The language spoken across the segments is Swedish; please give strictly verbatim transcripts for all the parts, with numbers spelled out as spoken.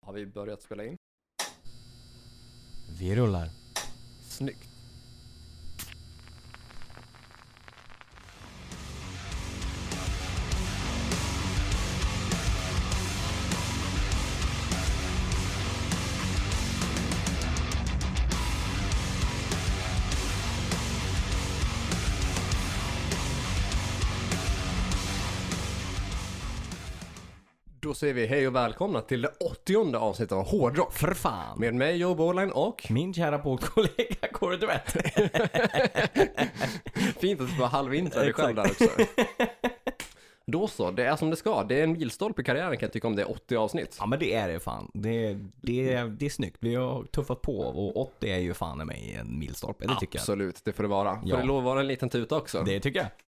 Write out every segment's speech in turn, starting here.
Har vi börjat spela in? Vi rullar. Snyggt. Då säger vi hej och välkomna till det åttionde avsnittet av Hårdrock. För fan. Med mig, Joe Borlein och... Min kära poddkollega Corey Duett. Fint att du var halvintra dig själv där också. Då så, det är som det ska. Det är en milstolpe i karriären, kan jag tycka, om det är åttio avsnitt. Ja, men det är det fan. Det, det, det är snyggt. Vi har tuffat på och åttio är ju fan i mig en milstolpe. Det tycker Absolut, jag. Det får det vara. Ja. Får det lov att vara en liten tuta också? Det tycker jag.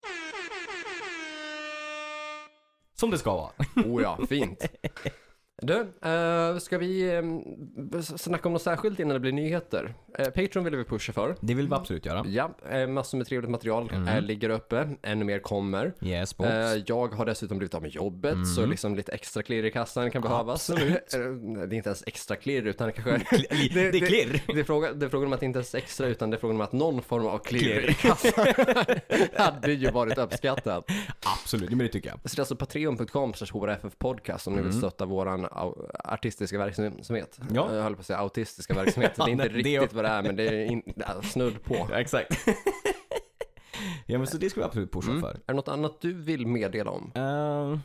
Som det ska vara. Oh ja, fint. Du, uh, ska vi um, snacka om något särskilt innan det blir nyheter? Uh, Patreon vill vi pusha för. Det vill vi absolut göra. Ja, uh, massor med trevligt material Mm. uh, ligger uppe. Ännu mer kommer. Yes, uh, jag har dessutom blivit av med jobbet, Mm. så liksom lite extra klirr i kassan kan behövas. Absolut. Uh, det är inte ens extra klirr, utan kanske... det, det är klirr. Det är, fråga, det är frågan om att det inte ens extra, utan det är frågan om att någon form av klirr i kassan hade ju varit uppskattat. Absolut, men det tycker jag. Så det är alltså patreon punkt com slash h r f f podcast om ni vill Mm. stötta våran au- artistiska verksamhet. Ja. Jag höll på att säga autistiska verksamhet. Det är inte Ja, nej, det riktigt är- vad det är, men det är in, ja, snudd på. Ja, exakt. Ja, men så det ska vi absolut pusha Mm. för. Är det något annat du vill meddela om? Uh,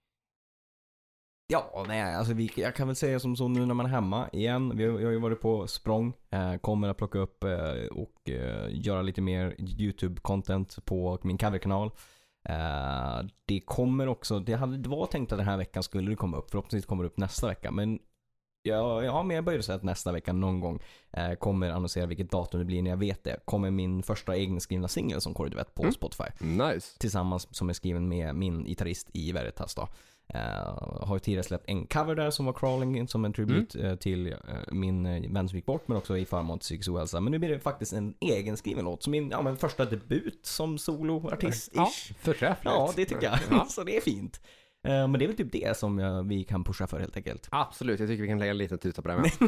ja, nej, alltså vi, jag kan väl säga som så nu när man är hemma igen. Vi har, jag har ju varit på språng. Uh, kommer att plocka upp uh, och uh, göra lite mer YouTube-content på min coverkanal. Uh, det kommer också, det, hade, det var tänkt att den här veckan skulle det komma upp. Förhoppningsvis kommer det upp nästa vecka. Men ja, ja, men jag börjar säga att nästa vecka någon gång uh, kommer annonsera vilket datum det blir när jag vet det. Kommer min första egenskrivna singel som Corey Duett på Mm. Spotify. Nice. Tillsammans som är skriven med min gitarrist i Veritas då. Uh, har ju tidigare släppt en cover där som var Crawling som en tribut mm. uh, till uh, min uh, vän som gick bort, men också i förmån till psykisk ohälsa. Men nu blir det faktiskt en egen skriven låt som min ja, men första debut som soloartist. Ja, förträffligt. Ja, det tycker jag. Ja. Så det är fint. Uh, men det är väl typ det som uh, vi kan pusha för helt enkelt. Absolut, jag tycker vi kan lägga lite tuta på det med.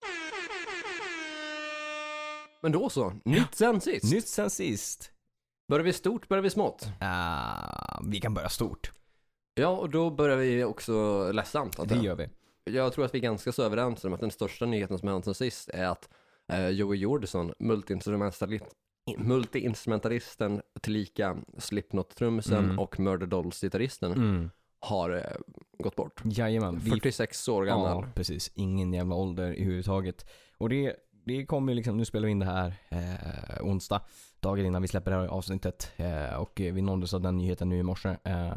Men då så, nytt sen sist. Nytt sen sist. Börjar vi stort, börjar vi smått? Uh, vi kan börja stort. Ja, och då börjar vi också ledsamt. Det gör vi. Jag tror att vi är ganska så överens om att den största nyheten som hänt sen sist är att eh, Joey Jordison, multi-instrumentalist, multi-instrumentalisten tillika Slipknot-trummisen Mm. och Murder Dolls-gitarristen Mm. har eh, gått bort. Jajamän. Vi fyrtiosex år gammal. Ja, precis. Ingen jävla ålder i överhuvudtaget. Och det, det kommer ju liksom, nu spelar vi in det här eh, onsdag, dagen innan vi släpper det här avsnittet. Eh, och vi nåddes av den nyheten nu i morse.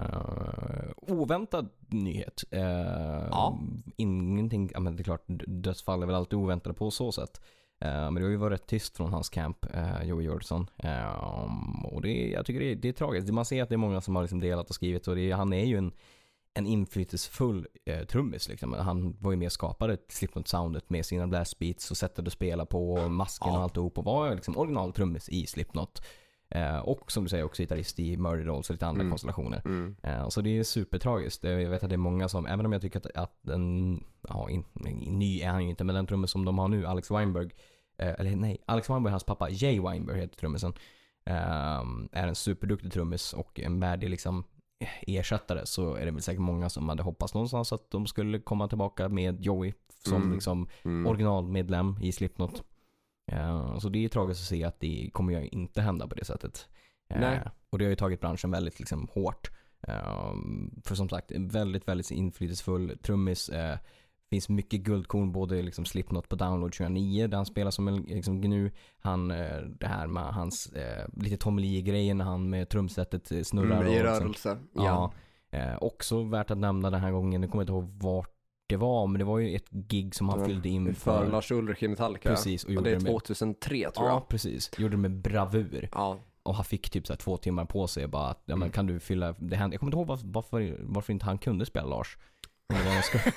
Eh, oväntad nyhet. Eh, Ja. Ingenting, ja, men det är klart, dödsfall är väl alltid oväntade på så sätt. Eh, men det har ju varit rätt tyst från hans camp, eh, Joey Jordison. Eh, och det, jag tycker det är, det är tragiskt. Man ser att det är många som har liksom delat och skrivit. Och det är, han är ju en en inflytelsefull eh, trummis liksom. Han var ju med och skapade Slipknot-soundet med sina blastbeats och sättet att spela på, masken Ja. och alltihop, och var liksom original trummis i Slipknot. Eh, och som du säger också gitarrist i Murder Dolls och lite andra Mm. konstellationer. Mm. Eh, så det är supertragiskt. Jag vet att det är många som, även om jag tycker att, att den, ja, in, ny är han ju inte, men den trummis som de har nu, Alex Weinberg, eh, eller nej, Alex Weinberg, hans pappa, Jay Weinberg heter trummisen, eh, är en superduktig trummis och en värdig liksom ersättare, så är det väl säkert många som hade hoppats någonstans att de skulle komma tillbaka med Joey som Mm. liksom Mm. originalmedlem i Slipknot. Uh, så det är tragiskt att se att det kommer ju inte hända på det sättet. Uh, Nej. och det har ju tagit branschen väldigt liksom hårt. Uh, för som sagt, väldigt, väldigt inflytelsefull trummis. Uh, finns mycket guldkorn, både liksom Slipknot på Download tjugonio där han spelar som en liksom gnu. Han, eh, det här med hans eh, lite Tommy Lee-grejen när han med trumsetet eh, snurrar. Mm, I och liksom, rörelse. ja. Eh, också värt att nämna den här gången, jag kommer inte ihåg vart det var, men det var ju ett gig som han Ja. fyllde in För för. Lars Ulrich i Metallica. Precis. Och, Och gjorde det är det med, tjugohundratre tror ja, jag. precis. Gjorde det med bravur. Ja. Och han fick typ så här två timmar på sig bara att, ja, men Mm. kan du fylla det här? Jag kommer inte ihåg varför, varför, varför inte han kunde spela Lars. Om det var någon sko-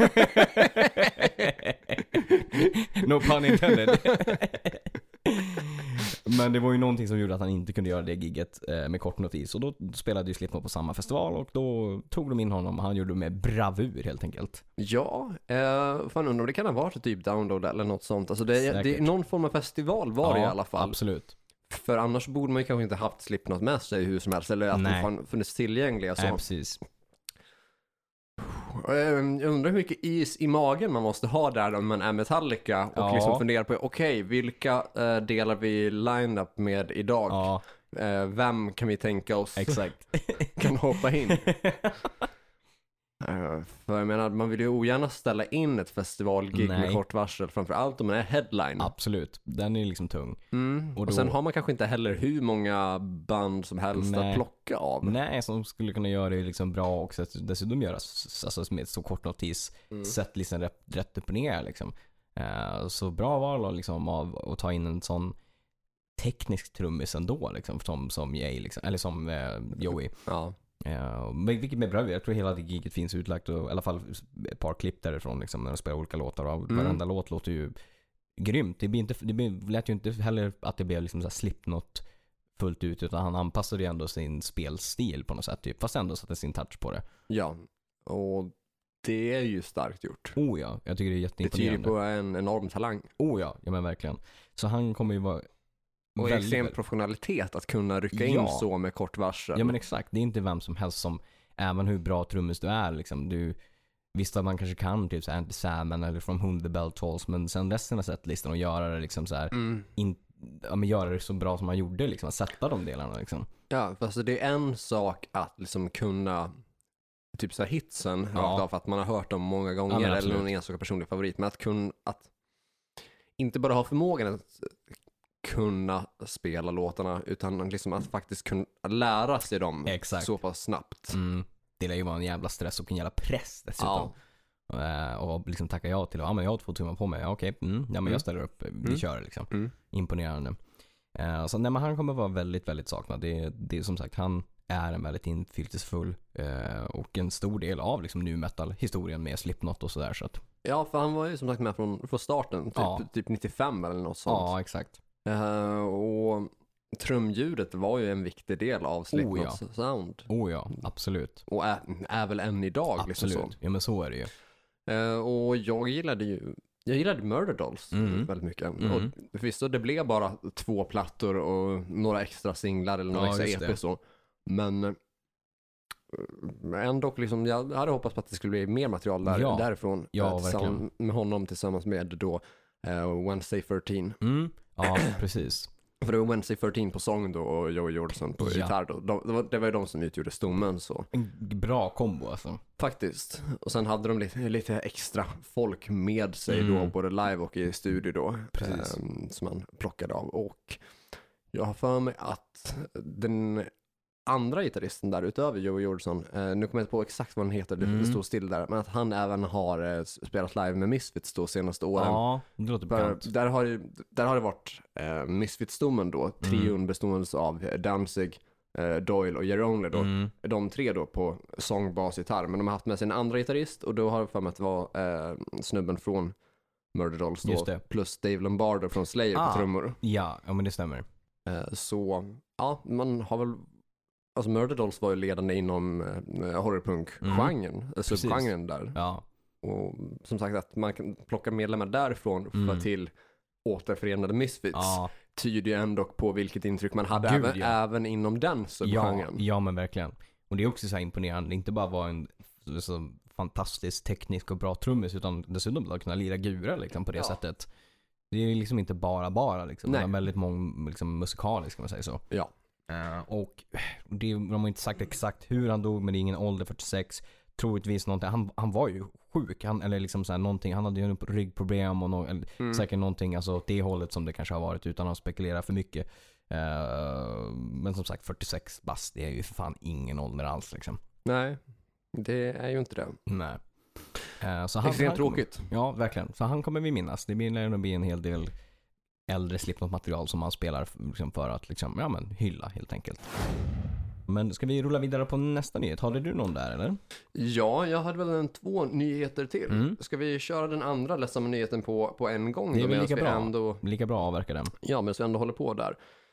No pun intended. Men det var ju någonting som gjorde att han inte kunde göra det gigget eh, med kort notis. Och då spelade ju Slipknot på samma festival och då tog de in honom och han gjorde det med bravur helt enkelt. Ja, eh, fan undrar om det kan ha varit typ Download eller något sånt. Alltså det, det är någon form av festival var ja, det i alla fall. Absolut. För annars borde man ju kanske inte haft Slipknot med sig hur som helst. Eller att Nej. de funnits tillgängliga. Så. Nej, precis. Jag undrar hur mycket is i magen man måste ha där om man är Metallica och Ja. liksom fundera på, okej, okay, vilka uh, delar vi line-up med idag? Ja. Uh, vem kan vi tänka oss Exakt. kan hoppa in? uh, för jag menar, man vill ju ogärna ställa in ett festivalgig Nej. med kort varsel, framförallt om man är headline. Absolut, den är liksom tung. Mm. Och, Och då- sen har man kanske inte heller hur många band som helst Nej. att plocka av. Nej, som skulle kunna göra det liksom bra och dessutom göra s- alltså med så kort notis, Mm. sätt liksom rätt, rätt upp och ner liksom. Uh, så bra val liksom av att ta in en sån teknisk trummis ändå liksom, som, som Jay liksom, eller som uh, Joey. Ja. Uh, men vilket med bra, jag tror hela det giget finns utlagt och i alla fall ett par klipp därifrån liksom, när de spelar olika låtar och Mm. varenda låt låter ju grymt. Det, blir inte, det blir, lät ju inte heller att det blev liksom så här Slipknot fullt ut, utan han anpassade ju ändå sin spelstil på något sätt typ, fast ändå satte sin touch på det. Ja, och det är ju starkt gjort. Oh ja, jag tycker det är Det tyder jätteimponerande. på en enorm talang. Oh ja, ja men verkligen. Så han kommer ju vara Och väldigt- extrem professionalitet att kunna rycka in Ja. så med kort varsel. Ja men exakt, det är inte vem som helst som, även hur bra trummis du är liksom, du visst att man kanske kan typ så Andy Salmon eller From Whom the Bell Tolls, men sen resten av setlistan och göra det liksom så här, Mm. in, ja, men göra det så bra som man gjorde liksom, att sätta de delarna liksom. Ja, fast det är en sak att liksom kunna typ så här hitsen Ja. rakt av för att man har hört dem många Ja, gånger men eller absolut. någon enstaka personlig favorit, men att kunna att inte bara ha förmågan att kunna spela låtarna utan liksom att faktiskt kunna lära sig dem Exakt. så pass snabbt. Mm. Det lär ju vara en jävla stress och en jävla press dessutom. Ja. Eh, och liksom tacka ja till, ja men jag har två timmar på mig, ja, okej, mm, ja men Mm. jag ställer upp, vi Mm. kör liksom. Mm. Imponerande. Eh, så nej, men han kommer vara väldigt, väldigt saknad. Det, det är som sagt, han är en väldigt inflytelsefull eh, och en stor del av liksom nu metal-historien med Slipknot och sådär. Så att, Ja, för han var ju som sagt med från, från starten, typ, Ja. typ nittiofem eller något sånt. ja, exakt. Eh, och trumljudet var ju en viktig del av Slipknots Oh, sound. Oh ja, absolut. Och är, är väl än idag. Absolut. Liksom så. Ja men så är det ju. Eh, och jag gillade ju jag gillade Murder Dolls Mm. väldigt mycket. Mm. Och visst så det blev bara två plattor och några extra singlar eller några Ja, extra just E P det. så. Men eh, ändå liksom, jag hade hoppats på att det skulle bli mer material där, Ja. därifrån. Ja, eh, tillsammans verkligen. med honom tillsammans med då uh, Wednesday tretton. Mm. Ja, precis. För det var Wednesday tretton på sång då och Joey Jordison på Ja. gitarr då. De, det, var, det var ju de som utgjorde stommen så. En bra kombo alltså. Faktiskt. Och sen hade de lite, lite extra folk med sig Mm. då, både live och i studio då. Precis. ehm, som man plockade av. Och jag har för mig att den andra gitarristen där utöver Joey Jordison, eh, nu kommer jag inte på exakt vad han heter, det, Mm. det står still där, men att han även har eh, spelat live med Misfits då senaste åren. Ja, det låter För bekant. där har, ju, där har det varit eh, Misfits-stommen då, trion bestående av eh, Danzig, eh, Doyle och Jerry Only då. Mm. De tre då på sång, bas, gitarr. Men de har haft med sig en andra gitarrist och då har jag för mig att det var eh, snubben från Murder Dolls Just då, det. plus Dave Lombardo från Slayer Ah. på trummor. Ja, ja men det stämmer. Eh, så ja, man har väl alltså Murder Dolls var ju ledande inom eh, horrorpunk-genren, mm. Precis. subgenren där. Ja, Och som sagt att man kan plocka medlemmar därifrån för Mm. till återförenade Misfits ja, tyder ju ändå på vilket intryck man hade Gud, även, ja. även inom den ja, subgenren. ja men verkligen. Och det är också så här imponerande, det inte bara vara en så fantastisk teknisk och bra trummis, utan dessutom att kunna lira gurer liksom på det Ja. sättet. Det är liksom inte bara bara liksom. Nej. Det är väldigt många liksom, musikaliskt kan man säga så. Ja. Eh, och det, de har inte sagt exakt hur han dog, men det är ingen ålder, fyrtiosex. Troligtvis någonting, han, han var ju sjuk, han, eller liksom så här, någonting, han hade ju ryggproblem och no, eller, Mm. säkert någonting alltså åt det hållet som det kanske har varit utan att spekulera för mycket. Eh, men som sagt fyrtiosex bast, det är ju för fan ingen ålder alls liksom. Nej, det är ju inte det. Nej. Eh, så han, Extremt han kommer- tråkigt. Ja, verkligen. Så han kommer vi minnas. Det blir nog bli en hel del äldre Slipknot-material som han spelar liksom, för att liksom, ja, men, hylla helt enkelt. Men ska vi rulla vidare på nästa nyhet? Har du någon där eller? Ja, jag hade väl en två nyheter till. Mm. Ska vi köra den andra ledsamma nyheten på, på en gång? Det är då, väl medan lika vi bra. Ändå, Lika bra att avverka den. ja, men så vi ändå håller på där.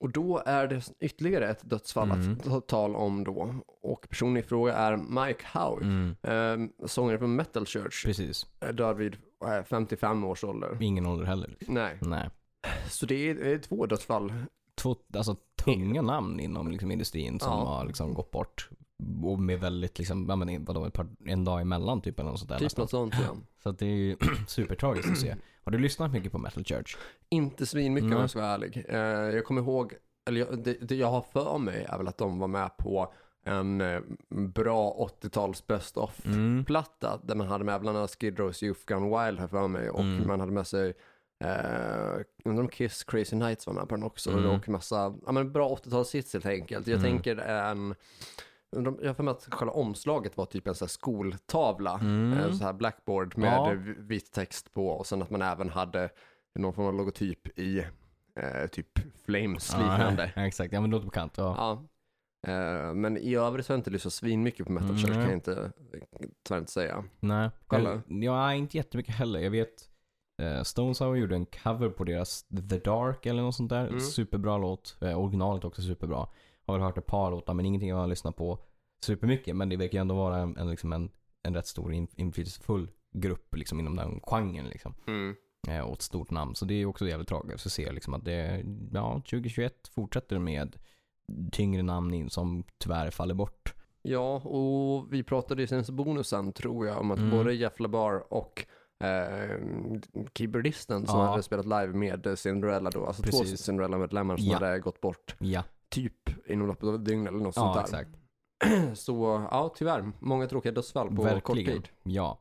Och då är det ytterligare ett dödsfall Mm. att ta tal om då. Och personen i fråga är Mike Howe, Mm. eh, sångare från Metal Church, Precis. död vid eh, femtiofem års ålder. Ingen ålder heller. Nej, Nej. så det är, det är två dödsfall. Två, alltså tunga namn inom liksom, industrin som Ja. har liksom, gått bort. Och med väldigt, liksom, ja, men, vadå, ett par, en dag emellan typ eller något sånt där. Typ nästan. något sånt, ja. Så att det är ju supertragiskt att se. Har du lyssnat mycket på Metal Church? Inte svin mycket Nej. om jag ska vara ärlig. Eh, jag kommer ihåg, eller jag, det, det jag har för mig är väl att de var med på en eh, bra åttio-tals best of Mm. platta där man hade med bland annat Skid Row's Youth Gone Wild här för mig och Mm. man hade med sig eh, undrar om Kiss Crazy Nights var med på den också Mm. och massa, ja men bra åttio-tals hits helt enkelt. Jag Mm. tänker en undrar om- jag har för mig att själva omslaget var typ en sån här skoltavla, Mm. en så här blackboard med Ja. v- vit text på och sen att man även hade någon form av logotyp i eh, typ Flames liknande. Ja, exakt, ja men det låter bekant. Ja. Ja. Eh, men i övrigt så har jag inte lyssnat svin mycket på Metal Church, Mm. kan jag inte, tyvärr inte säga. Nej, Själv? jag, ja, inte jättemycket heller. Jag vet eh, Stone Sour gjorde en cover på deras The Dark eller något sånt där. Mm. Superbra låt. Eh, originalet också superbra. Har väl hört ett par låtar men ingenting jag har lyssnat på supermycket. Men det verkar ju ändå vara en, en, liksom en, en rätt stor in- inflytelsefull grupp liksom, inom den genren liksom. Mm. Eh, och ett stort namn. Så det är också jävligt tragiskt att se liksom, att det, ja, tjugohundratjugoett fortsätter med tyngre namn in som tyvärr faller bort. Ja, och vi pratade i senaste bonusen tror jag om att Mm. både Jeff LaBar och eh, keyboardisten som Ja. hade spelat live med Cinderella då, alltså två Precis. Cinderella-medlemmar som Ja. hade gått bort Ja, typ inom loppet av ett dygn eller något sånt ja där. exakt. Så ja, tyvärr, många tråkiga dödsfall på kort Verkligen. tid. Ja.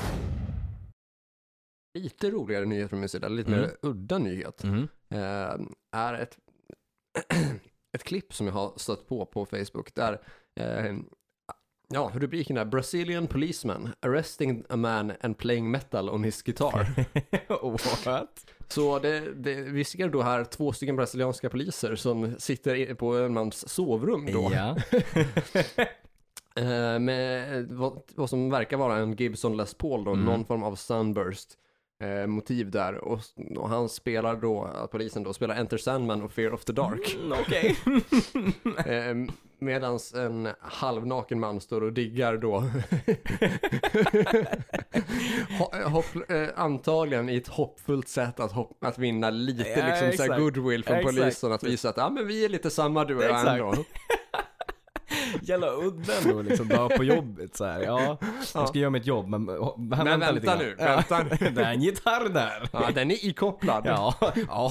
Lite roligare nyhet från min sida, lite Mm. mer udda nyhet, Mhm. eh, är ett, ett klipp som jag har stött på på Facebook där eh, ja, rubriken är Brazilian policeman arresting a man and playing metal on his guitar. What? Så det, det, vi ser då här två stycken brasilianska poliser som sitter i- på en mans sovrum då. Ja. Eh, med vad, vad som verkar vara en Gibson Les Paul då, Mm. någon form av sunburst eh, motiv där och, och han spelar då, polisen då spelar Enter Sandman och Fear of the Dark. Mm, okej. Eh, medans en halvnaken man står och diggar då Ho- hopp, eh, antagligen i ett hoppfullt sätt att, hopp, att vinna lite Ja, liksom så här exakt. goodwill från Exakt. polisen att visa att ja, men vi är lite samma du och jag Exakt. ändå. Jävla udden då liksom, bara på jobbet så här. Ja, jag ska göra mitt jobb men, men Men vänta, vänta lite grann. nu, Ja. vänta nu. Det är en gitarr där. Ja, den är ikopplad. Ja, ja.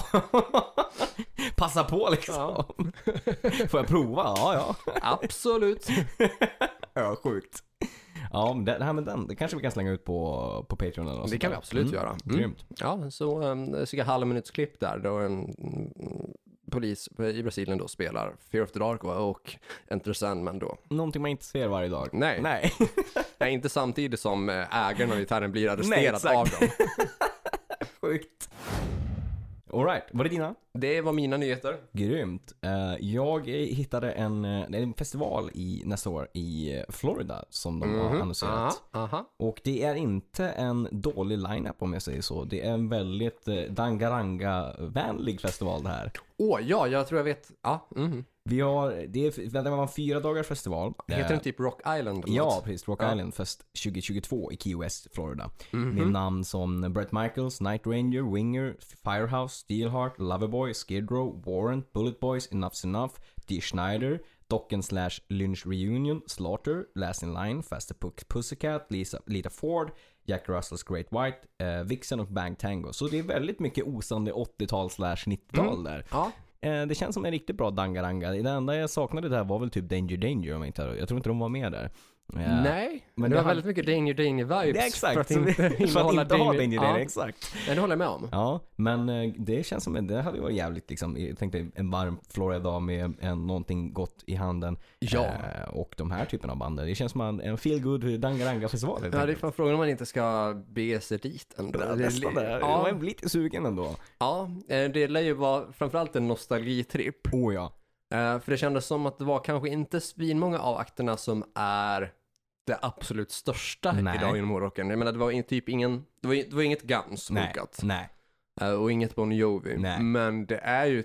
Passa på liksom. Ja. Får jag prova? Ja, ja. Absolut. Ja, sjukt. Ja, men det, det här med den, det kanske vi kan slänga ut på, på Patreon eller något Det sånt kan vi där. absolut Mm, göra. Mm. Grymt. Ja, så um, cirka halvminutsklipp där då en mm, polis i Brasilien då spelar Fear of the Dark och Enter Sandman då. Någonting man inte ser varje dag. Nej. Nej. Nej, inte samtidigt som eh, ägaren av gitarren blir Nej, arresterad exakt. av dem. Sjukt. All right, var det dina? Det var mina nyheter. Grymt. Eh, jag hittade en, eh, det är en festival i nästa år i eh, Florida som de har Mhm. annonserat. Aha, aha. Och det är inte en dålig lineup om jag säger så. Det är en väldigt eh, Dangaranga-vänlig festival det här. Åh, ja, jag tror jag vet. Ja, mhm. Vi har, det, är, det var en fyra dagars festival. Heter Eh, den typ Rock Island eller Ja, något? precis. Rock Ja. Island Fest tjugohundratjugotvå i Key West, Florida. Mhm. Med namn som Bret Michaels, Night Ranger, Winger, Firehouse, Steelheart, Loverboy, Skid Row, Warrant, Bullet Boys, Enough's Enough, Dee Schneider, Dokken slash Lynch Reunion, Slaughter, Last in Line, Faster Pu- Pussycat, Lisa, Lita Ford, Jack Russells Great White, eh, Vixen och Bang Tango. Så det är väldigt mycket osande åttiotal slash nittiotal Mm. där. Ja, Eh, det känns som en riktigt bra dangaranga. Det enda jag saknade där var väl typ Danger Danger om jag inte Jag tror inte de var med där. Eh, nej. men Men det det var har- väldigt mycket Danger Danger vibes. Det är exakt. För att så vi- inte för att innehålla inte ha Danger. Danger Danger, Ja, exakt. men det håller jag med om. Ja, men eh, det känns som en, det hade varit jävligt liksom, jag tänkte en varm Florida med en, någonting gott i handen. Ja. Eh, och de här typen av band. Det känns som en, en feel good dangaranga festival. Ja, det är fan frågan om man inte ska bege sig dit ändå. det är Det är nästan li- där. Ja, Jag är lite sugen ändå. ja, eh, det lär ju vara framförallt en nostalgitripp. Oh ja. Eh, För det kändes som att det var kanske inte svinmånga av akterna som är det absolut största Nej. idag inom hårdrocken. Jag menar, det var in, typ ingen, det var, det var inget Guns Nej. bokat. Nej. Eh, och inget Bon Jovi. Nej. Men det är ju typ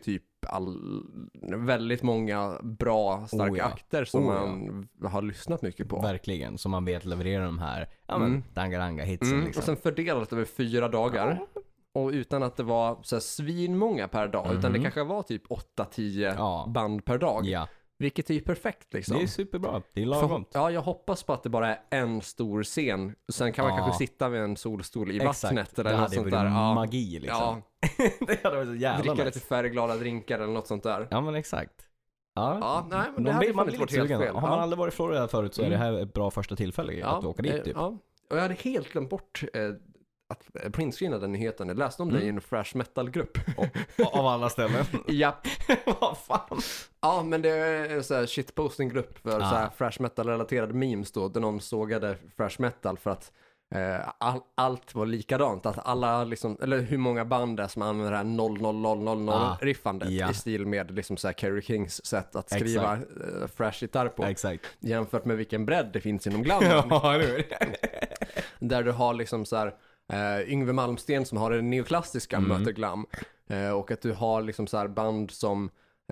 all, väldigt många bra, starka oh ja. akter som oh ja. man har lyssnat mycket på. Verkligen, som man vet leverera de här ja, men, mm. dangaranga-hitsen. Mm. Liksom. Och sen fördelat över fyra dagar. Ja. Och utan att det var så här svinmånga per dag, mm. utan det kanske var typ åtta tio ja. band per dag. Ja. Vilket är ju perfekt liksom. Det är superbra, det är lagom. Ja, jag hoppas på att det bara är en stor scen. Sen kan man ja. kanske sitta vid en solstol i Exakt. vattnet eller något sånt där. Ja, magi liksom. Ja. Det hade varit så jävla Dricka nice. lite färgglada drinkar eller något sånt där. Ja, men exakt. Ja, ja nej, men det de hade man inte varit helt fel. Har man aldrig varit i Florida förut så är det här ett bra första tillfälle ja. att åka dit typ. Ja, och jag hade helt glömt bort eh, att printscreenade den nyheten. Jag läste om mm. det i en thrash metal-grupp. Oh, av alla ställen? Japp. Vad fan? Ja, men det är en sån här shitposting-grupp för ah. så här thrash metal-relaterade memes då. Där någon sågade thrash metal för att eh, all, allt var likadant. Att alla liksom, eller hur många band är som använder det här noll noll noll noll noll ah. riffandet ja. i stil med liksom så här Kerry Kings sätt att skriva eh, thrash-gitarr på. Exakt. Jämfört med vilken bredd det finns inom glammen. Ja, det är det. Där du har liksom så här Uh, Yngve Malmsten som har det neoklassiska mm. möter glam uh, och att du har liksom så här band som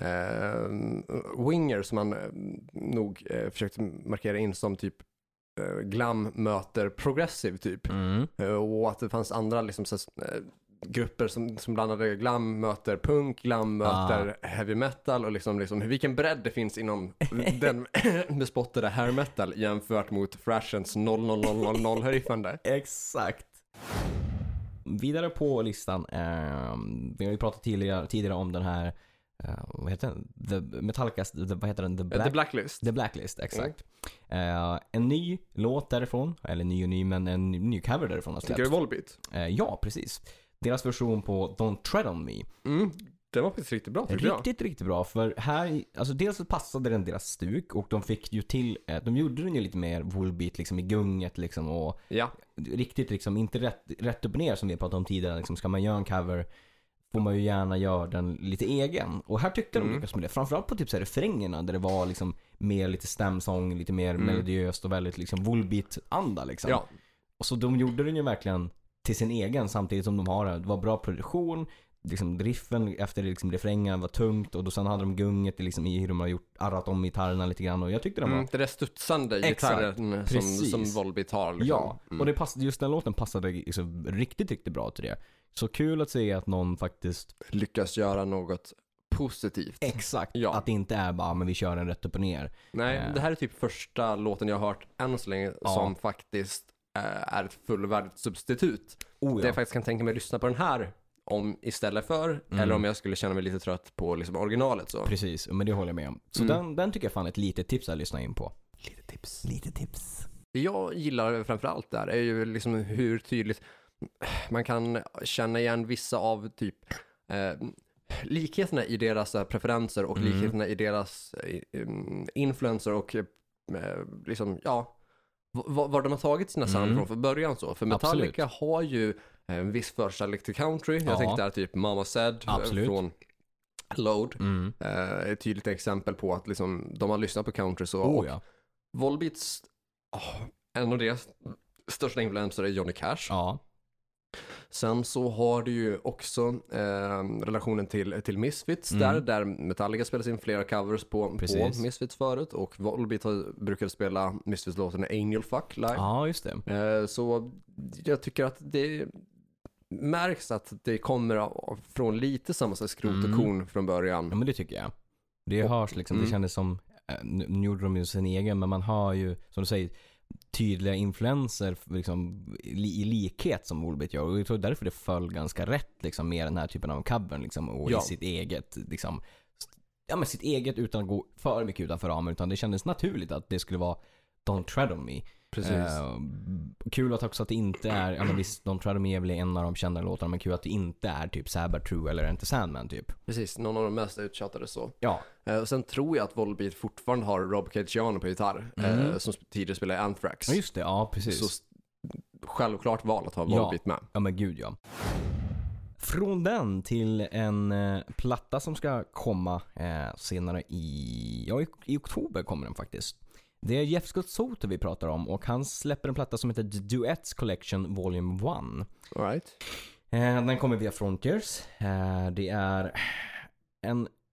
uh, Winger som man uh, nog uh, försökte markera in som typ uh, glam möter progressive typ mm. uh, och att det fanns andra liksom så här, uh, grupper som, som blandade glam möter punk, glam möter ah. heavy metal och liksom, liksom vilken bredd det finns inom den bespottade hair metal jämfört mot thrashens noll noll noll noll noll riffande. Exakt. Vidare på listan, eh, vi har ju pratat tidigare, tidigare om den här, eh, vad heter den? The Metallicas, the, vad heter den? The, Black, The Blacklist. The Blacklist, exakt. Mm. Eh, en ny låt därifrån, eller ny och ny, men en ny cover därifrån har släppts. Tycker du Volbeat? Eh, ja, precis. Deras version på Don't Tread On Me. Mm. Det var faktiskt riktigt bra tycker jag. Riktigt, riktigt bra. För här, alltså dels så passade den deras stuk och de fick ju till, de gjorde den ju lite mer Volbeat liksom i gunget liksom och ja. riktigt liksom, inte rätt, rätt upp och ner som vi pratade om tidigare liksom, ska man göra en cover får man ju gärna göra den lite egen. Och här tyckte de mm. lyckas med det. Framförallt på typ så här refrängerna där det var liksom mer lite stämsång, lite mer mm. melodiöst och väldigt liksom Volbeat-anda liksom. Ja. Och så de gjorde den ju verkligen till sin egen samtidigt som de har det. Det var bra produktion. Liksom riffen efter liksom refrängen var tungt och då sen hade de gunget liksom i hur de har gjort arrat om gitarrerna lite grann och jag tyckte de var mm, det där studsande gitarren som, som Volbeat har liksom. Ja, mm. och det passade, just den låten passade liksom riktigt, riktigt bra till det. Så kul att se att någon faktiskt lyckas göra något positivt. Exakt, ja. Att det inte är bara men vi kör den rätt upp och ner. Nej, eh. det här är typ första låten jag har hört än så länge ja. som faktiskt eh, är ett fullvärdigt substitut. Oh, ja. Det jag faktiskt kan tänka mig att lyssna på den här om istället för, mm. eller om jag skulle känna mig lite trött på liksom originalet så. Precis, men det håller jag med om. Så mm. den, den tycker jag fan är ett litet tips att lyssna in på. Lite tips. Lite tips. Det jag gillar framförallt där är ju liksom hur tydligt man kan känna igen vissa av typ eh, likheterna i deras preferenser och mm. likheterna i deras eh, influencer och eh, liksom, ja, var de har tagit sina sound mm. från från början så. För Metallica Absolut. har ju en viss förkärlek till country. Jag ja. tänkte där typ Mama Said Absolut. från Load. Mm. Eh, ett tydligt exempel på att liksom, de har lyssnat på country så. Oh, och ja. Volbeats, oh, en av deras största influenser är Johnny Cash. Ja. Sen så har du ju också eh, relationen till, till Misfits mm. där, där Metallica spelar in flera covers på, på Misfits förut och Volbeat har, brukar spela Misfits-låten Angel Fuck live. Ja, just det. Eh, så jag tycker att det märks att det kommer från lite samma så skrot och korn mm. från början. Ja, men det tycker jag. Det och, hörs liksom, mm. det kändes som, nu gjorde de ju sin egen, men man har ju, som du säger, tydliga influenser liksom, i likhet som Volbeat gör. Och jag tror därför det föll ganska rätt liksom, med den här typen av covern liksom, och ja. i sitt eget liksom, ja, men sitt eget utan att gå för mycket utanför ramen, utan det kändes naturligt att det skulle vara Don't Tread On Me. Precis. Uh, kul att också att det inte är, ja men visst, Don't Tread On Me är väl en av de kända låtarna, men kul att det inte är typ Sabbath True eller Enter Sandman typ. Precis, någon av de mest utchattade så. Ja. Uh, och sen tror jag att Volbeat fortfarande har Rob Caggiano på gitarr, mm. uh, som tidigare spelade i Anthrax. Ja just det, ja precis. Så självklart val att ha Volbeat ja. med. Ja men gud ja. Från den till en eh, platta som ska komma eh, senare i, ja, i, i oktober kommer den faktiskt. Det är Jeff Scott Soto vi pratar om och han släpper en platta som heter The Duets Collection Volume one. All right. Eh, den kommer via Frontiers. Eh, det är en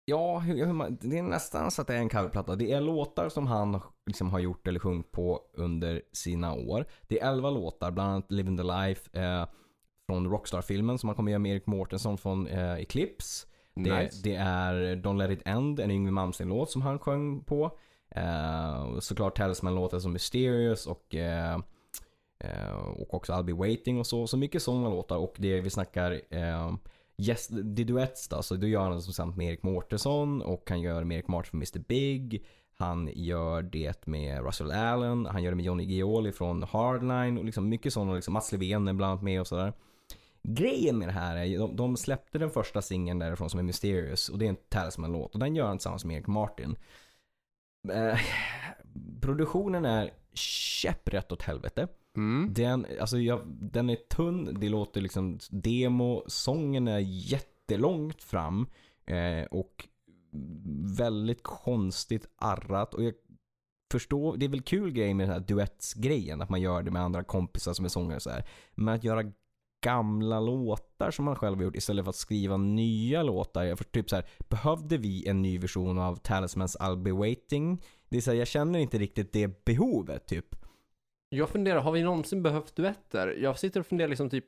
Ja, hur, hur man, det är nästan så att det är en coverplatta. Det är låtar som han liksom har gjort eller sjungit på under sina år. Det är elva låtar, bland annat Living the Life eh, från Rockstar-filmen som han kommer göra med Erik Mårtensson från eh, Eclipse. Det, Nice. det är Don't Let It End, en Yngwie Malmsteen-låt som han sjöng på. Eh, såklart Talisman-låtar som Mysterious och, eh, eh, och också I'll Be Waiting och så. Så mycket sådana låtar, och det vi snackar... Eh, Yes, det är duets då, så då gör han det som samt med Erik Mårtensson, och han gör med Erik Mårtensson för mister Big. Han gör det med Russell Allen, han gör det med Johnny Gioli från Hardline och liksom mycket sådana, liksom Mats Levén är bland annat med och sådär. Grejen med det här är, de, de släppte den första singeln därifrån som är Mysterious, och det är en Talisman-låt, och den gör han tillsammans med Erik Martin. Eh, produktionen är käpprätt åt helvete. Mm. Den, alltså jag, den är tunn, det låter liksom demo, sången är jättelångt fram eh, och väldigt konstigt arrat, och jag förstår, det är väl kul grej med den här duettsgrejen, att man gör det med andra kompisar som är sångare så här, men att göra gamla låtar som man själv har gjort istället för att skriva nya låtar, jag för typ så här, behövde vi en ny version av Talismans I'll Be Waiting? Det är så här, jag känner inte riktigt det behovet typ. Jag funderar, har vi någonsin behövt duetter? Jag sitter och funderar liksom typ,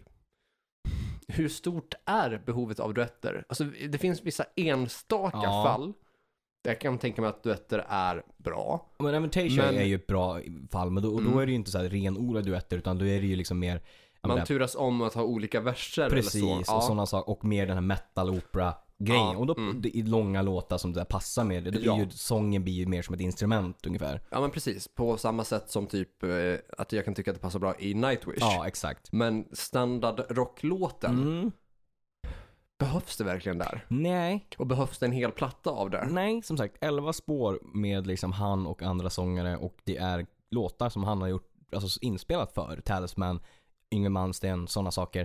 hur stort är behovet av duetter? Alltså det finns vissa enstaka Ja. fall där jag kan tänka mig att duetter är bra. Men Avantasia Men- är ju ett bra fall, men då, och då Mm. är det ju inte så här renodlade duetter, utan då är det ju liksom mer ja, men Man det- turas om att ha olika verser precis, eller så. och Ja. sådana saker, och mer den här metal opera grejen, Ja, och då mm. det, i långa låtar som det där passar med det, det blir Ja. ju, sången blir ju mer som ett instrument ungefär. ja, men precis. På samma sätt som typ eh, att jag kan tycka att det passar bra i Nightwish. Ja, exakt. Men standardrocklåten, Mm. behövs det verkligen där? Nej, Och behövs det en hel platta av det? nej, som sagt, elva spår med liksom han och andra sångare, och det är låtar som han har gjort, alltså inspelat för Talisman, Yngwie Malmsteen, sådana saker.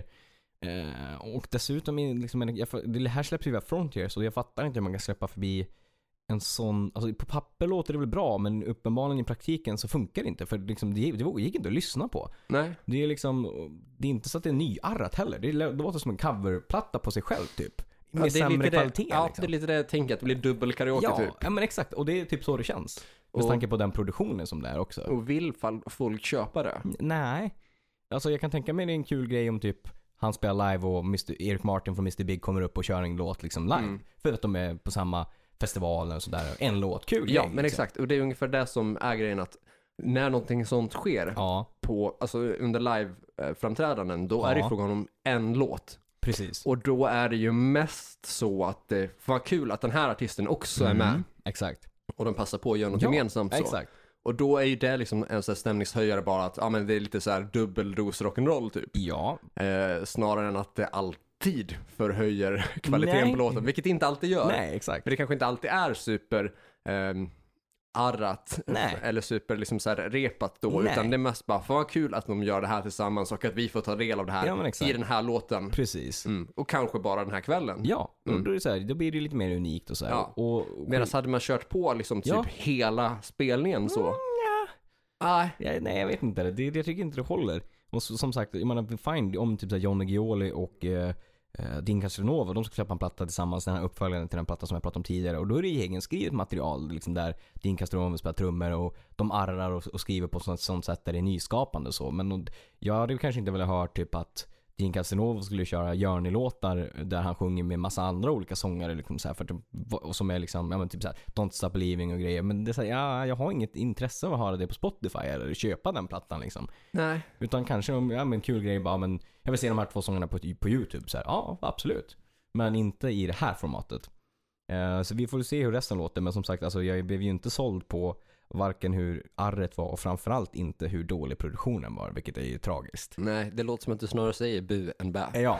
Eh, och dessutom är liksom, en- jag, det här släpps ju via Frontiers, och jag fattar inte hur man kan släppa förbi en sån, alltså på papper låter det väl bra, men uppenbarligen i praktiken så funkar det inte, för liksom, det, det gick inte att lyssna på. Nej. Det är liksom, det är inte så att det är nyarrat heller, det, är, det låter som en coverplatta på sig själv typ, med Ja, det är sämre lite kvalitet det, ja, liksom. det är lite det jag tänker, att det blir dubbel karaoke Ja, typ. ja, men exakt, och det är typ så det känns. Med Och- tanke på den produktionen som det är också. Och vill fall- folk köpa det? N- Nej. Alltså jag kan tänka mig det är en kul grej om typ han spelar live och mister Erik Martin från mister Big kommer upp och kör en låt liksom live. Mm. För att de är på samma festival och sådär. En låt, kul Ja, grej, men liksom. exakt. Och det är ungefär det som är grejen, att när någonting sånt sker Ja, på, alltså under live-framträdanden, då Ja. är det frågan om en låt. precis. Och då är det ju mest så att det var kul att den här artisten också är med. Mm, exakt. Och de passar på att göra något Ja, gemensamt så. Exakt. Och då är ju det liksom en sån här stämningshöjare, bara att ja, men det är lite så här dubbeldos rock'n'roll typ. Ja, Eh, snarare än att det alltid förhöjer kvaliteten Nej. på låten, vilket det inte alltid gör. nej exakt. För det kanske inte alltid är super ehm, arrat Nej. eller super liksom så här repat då, Nej. utan det är mest bara, för vad kul att de gör det här tillsammans och att vi får ta del av det här Ja, men exakt. i den här låten. Precis. Mm. Och kanske bara den här kvällen. Ja, och Mm. då, är det så här, då blir det lite mer unikt och så här. Ja. Och, och, Medan hade man kört på liksom typ Ja. hela spelningen så. Mm, ja. Nej. Ja, nej, jag vet inte. Det, det, jag tycker inte det håller. Och så, som sagt, jag menar, fine om typ så här Johnny Gioli och eh, eh, Dean Castronovo, de ska släppa en platta tillsammans, den här uppföljaren till den platta som jag pratade om tidigare. Och då är det egenskrivet material, liksom där Dean Castronovo spelar trummor och de arrar och, och skriver på ett sånt, sånt sätt där det är nyskapande och så. Men och, jag hade kanske inte velat höra typ att Dean Castronovo skulle köra Journey-låtar där han sjunger med massa andra olika sångare liksom så här, för att, och som är liksom, ja men typ så här, Don't Stop Believing och grejer. Men det är så här, ja, jag har inget intresse av att höra det på Spotify eller köpa den plattan liksom. Nej. Utan kanske om, ja men kul grej bara, men jag vill se de här två sångerna på, på YouTube så här, ja absolut. Men inte i det här formatet. Eh, så vi får se hur resten låter, men som sagt, alltså jag blev ju inte såld på varken hur arret var och framförallt inte hur dålig produktionen var, vilket är ju tragiskt. Nej, det låter som att du snarare säger bu än bä. Ja.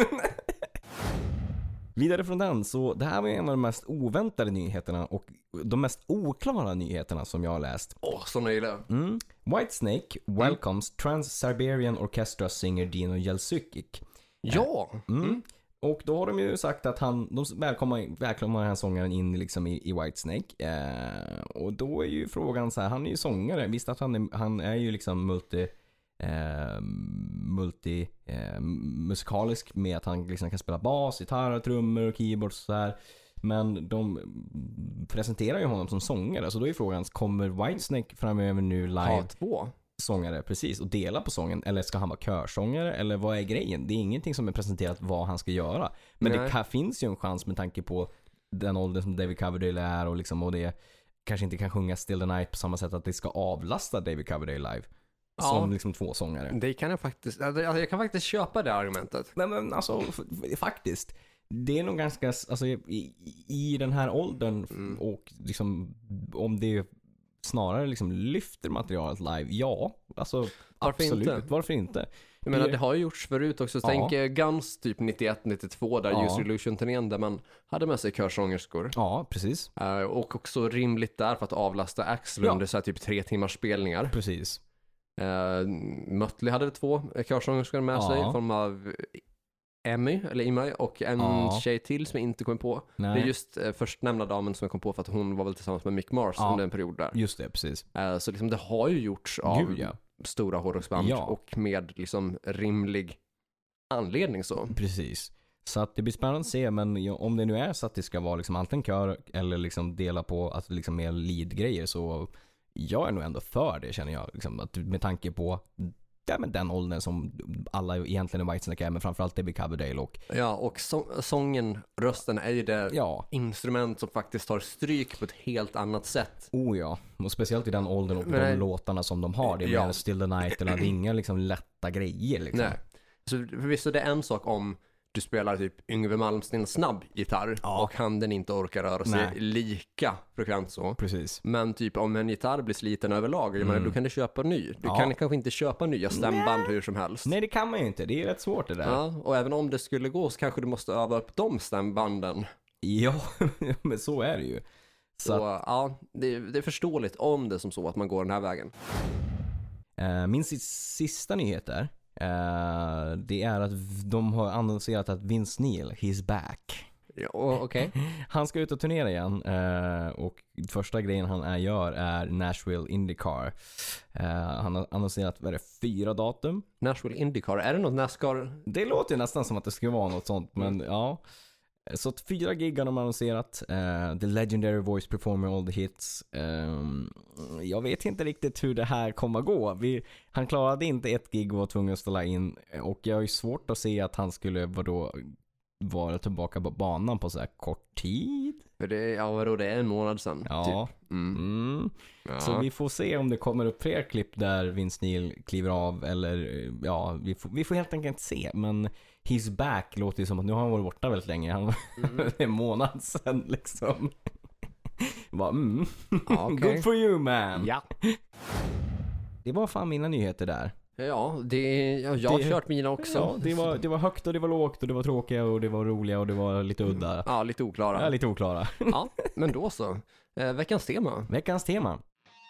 Vidare från den, så det här var en av de mest oväntade nyheterna och de mest oklara nyheterna som jag har läst. Åh, såna gillar jag. Mm. Whitesnake welcomes Trans-Siberian Orchestra singer Dino Jelsukic. Ja. Mm. Mm. Och då har de ju sagt att han, de välkomnar, välkomnar den här sångaren in liksom i, i Whitesnake. Eh, och då är ju frågan så här, han är ju sångare. Visst att han är, han är ju liksom multi, eh, multi eh, musikalisk med att han liksom kan spela bas, gitarr, trummor och keyboard och så här. Men de presenterar ju honom som sångare. Så då är frågan, kommer Whitesnake framöver nu live Ha två. sångare, precis, och dela på sången? Eller ska han vara körsångare? Eller vad är grejen? Det är ingenting som är presenterat vad han ska göra. Men Nej. det kan, finns ju en chans med tanke på den åldern som David Coverdale är och, liksom, och det kanske inte kan sjunga Still the Night på samma sätt, att det ska avlasta David Coverdale live. Ja. Som liksom två sångare. Det kan jag faktiskt, alltså, jag kan faktiskt köpa det argumentet. Men, men alltså, f- faktiskt. Det är nog ganska, alltså i, i den här åldern Mm. och liksom om det snarare liksom lyfter materialet live, ja, alltså Varför absolut, inte? varför inte? Jag menar, Det- det har ju gjorts förut också. Ja. Tänk eh, Guns typ nittioett nittiotvå där Ja. Use Illusion-turnén där man hade med sig körsångerskor. Ja, precis. Eh, och också rimligt där för att avlasta Axl Ja. under så här typ tre timmars spelningar. Precis. Uh, Mötley hade två körsångerskor med Ja. sig i form av Emmy, eller Imai, och en Ja. tjej till som jag inte kom på. Nej. Det är just uh, förstnämnda damen som jag kom på för att hon var väl tillsammans med Mick Mars Ja. under en period där. Just det, precis. Uh, så liksom det har ju gjorts av Gud, ja. stora hårdrocksband Ja. och med liksom rimlig anledning så. Precis. Så att det blir spännande att se, men ja, om det nu är så att det ska vara liksom antingen kör eller liksom dela på att liksom mer lead-grejer, så jag är nog ändå för det, känner jag. Liksom, att med tanke på det med den åldern som alla egentligen är Whitesnake är, men framförallt David Coverdale och Ja, och så- sången, rösten är ju det ja, instrument som faktiskt tar stryk på ett helt annat sätt. oh ja. Och speciellt i den åldern och Men de nej. låtarna som de har. Det är Ja. mer Still the Night, eller det är inga liksom lätta grejer liksom. Nej. Så förvisso det är en sak om du spelar typ Yngwie Malmsteen snabb gitarr Ja. och handen inte orkar röra sig Nej. lika frekvent så. Precis. Men typ om en gitarr blir sliten överlag, jag Mm. menar, då kan du köpa ny. Du Ja. kan kanske inte köpa nya stämband hur som helst. Nej, det kan man ju inte. Det är rätt svårt det där. Ja, och även om det skulle gå så kanske du måste öva upp de stämbanden. Ja, men så är det ju. Så Så ja, det, det är förståeligt om det är som så att man går den här vägen. Eh, Min sis- sista nyhet där, eh, det är att v- de har annonserat att Vince Neil, he's back. Ja, och- okej. Han ska ut och turnera igen, eh, och första grejen han är, gör är Nashville IndyCar. Eh, han har annonserat, vad är det, fyra datum. Nashville IndyCar, är det något NASCAR? Det låter ju nästan som att det skulle vara något sånt, men ja. Så att fyra gig har de annonserat. Eh, the legendary voice performer all the hits. Um, jag vet inte riktigt hur det här kommer att gå. Vi, han klarade inte ett gig och var tvungen att ställa in. Och jag har ju svårt att se att han skulle vadå, vara tillbaka på banan på så här kort tid. För det, ja, vadå, det är en månad sedan. Ja. Typ. Mm. Mm. Ja. Så vi får se om det kommer upp fler klipp där Vince Neil kliver av. Eller ja, vi får, vi får helt enkelt se. Men he's back låter ju som att nu har han varit borta väldigt länge. Han Mm. en månad sedan liksom. Bara, mm. Ja, okej. Good for you man. Ja. Det var fan mina nyheter där. Ja, det, ja, jag har Det- kört mina också. Ja, det, var, det var högt och det var lågt och det var tråkiga och det var roliga och det var lite udda. Ja, lite oklara. Ja, lite oklara. Ja, men då så. Eh, veckans tema. Veckans tema.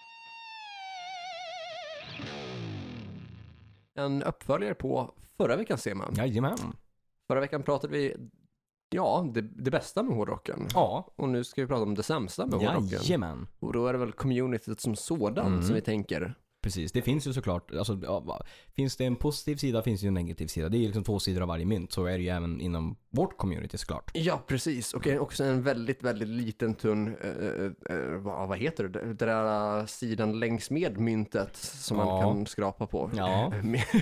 En uppföljare på förra veckans tema. Jajamän. Förra veckan pratade vi, ja, det, det bästa med hårdrocken. Ja. Och nu ska vi prata om det sämsta med hårdrocken. Jajamän. Och då är det väl communityt som sådant Mm. som vi tänker. Precis, det finns ju såklart, alltså, ja, va- finns det en positiv sida finns det ju en negativ sida. Det är ju liksom två sidor av varje mynt, så är det ju även inom vårt community såklart. Ja, precis. Och också en väldigt, väldigt liten tunn, eh, eh, vad, vad heter det? Den där sidan längs med myntet som man Ja. kan skrapa på. Ja.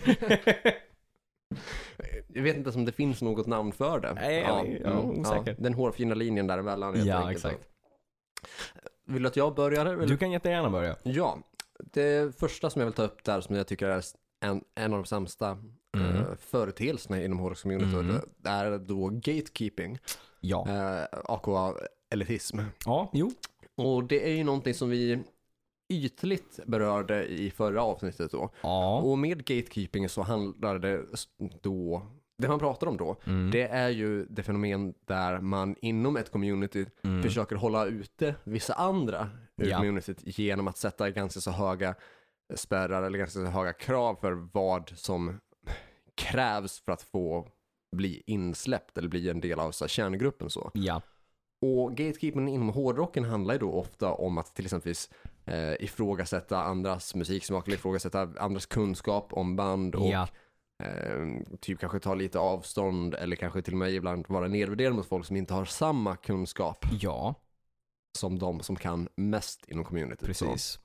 Jag vet inte om det finns något namn för det. Nej, jag- jag är osäker. den hårfina linjen däremellan. helt Ja, enkelt. exakt. Vill du att jag börjar? Eller? Du kan jättegärna börja. Ja, det första som jag vill ta upp där som jag tycker är en, en av de sämsta Mm. eh, företeelserna inom hårdrockscommunityt Mm. är då gatekeeping, Ja. eh, aka elitism. Ja, jo. Och det är ju någonting som vi ytligt berörde i förra avsnittet då. Ja. Och med gatekeeping så handlar det då, det man pratar om då, Mm. det är ju det fenomen där man inom ett community Mm. försöker hålla ute vissa andra ur Ja. communityt genom att sätta ganska så höga spärrar eller ganska så höga krav för vad som krävs för att få bli insläppt eller bli en del av så här, kärngruppen så. Ja. Och gatekeeping inom hårdrocken handlar ju då ofta om att till exempel eh, ifrågasätta andras musiksmak eller ifrågasätta andras kunskap om band och Ja. eh, typ kanske ta lite avstånd eller kanske till och med ibland vara nedvärderande mot folk som inte har samma kunskap Ja, som de som kan mest inom communityt. precis. Så.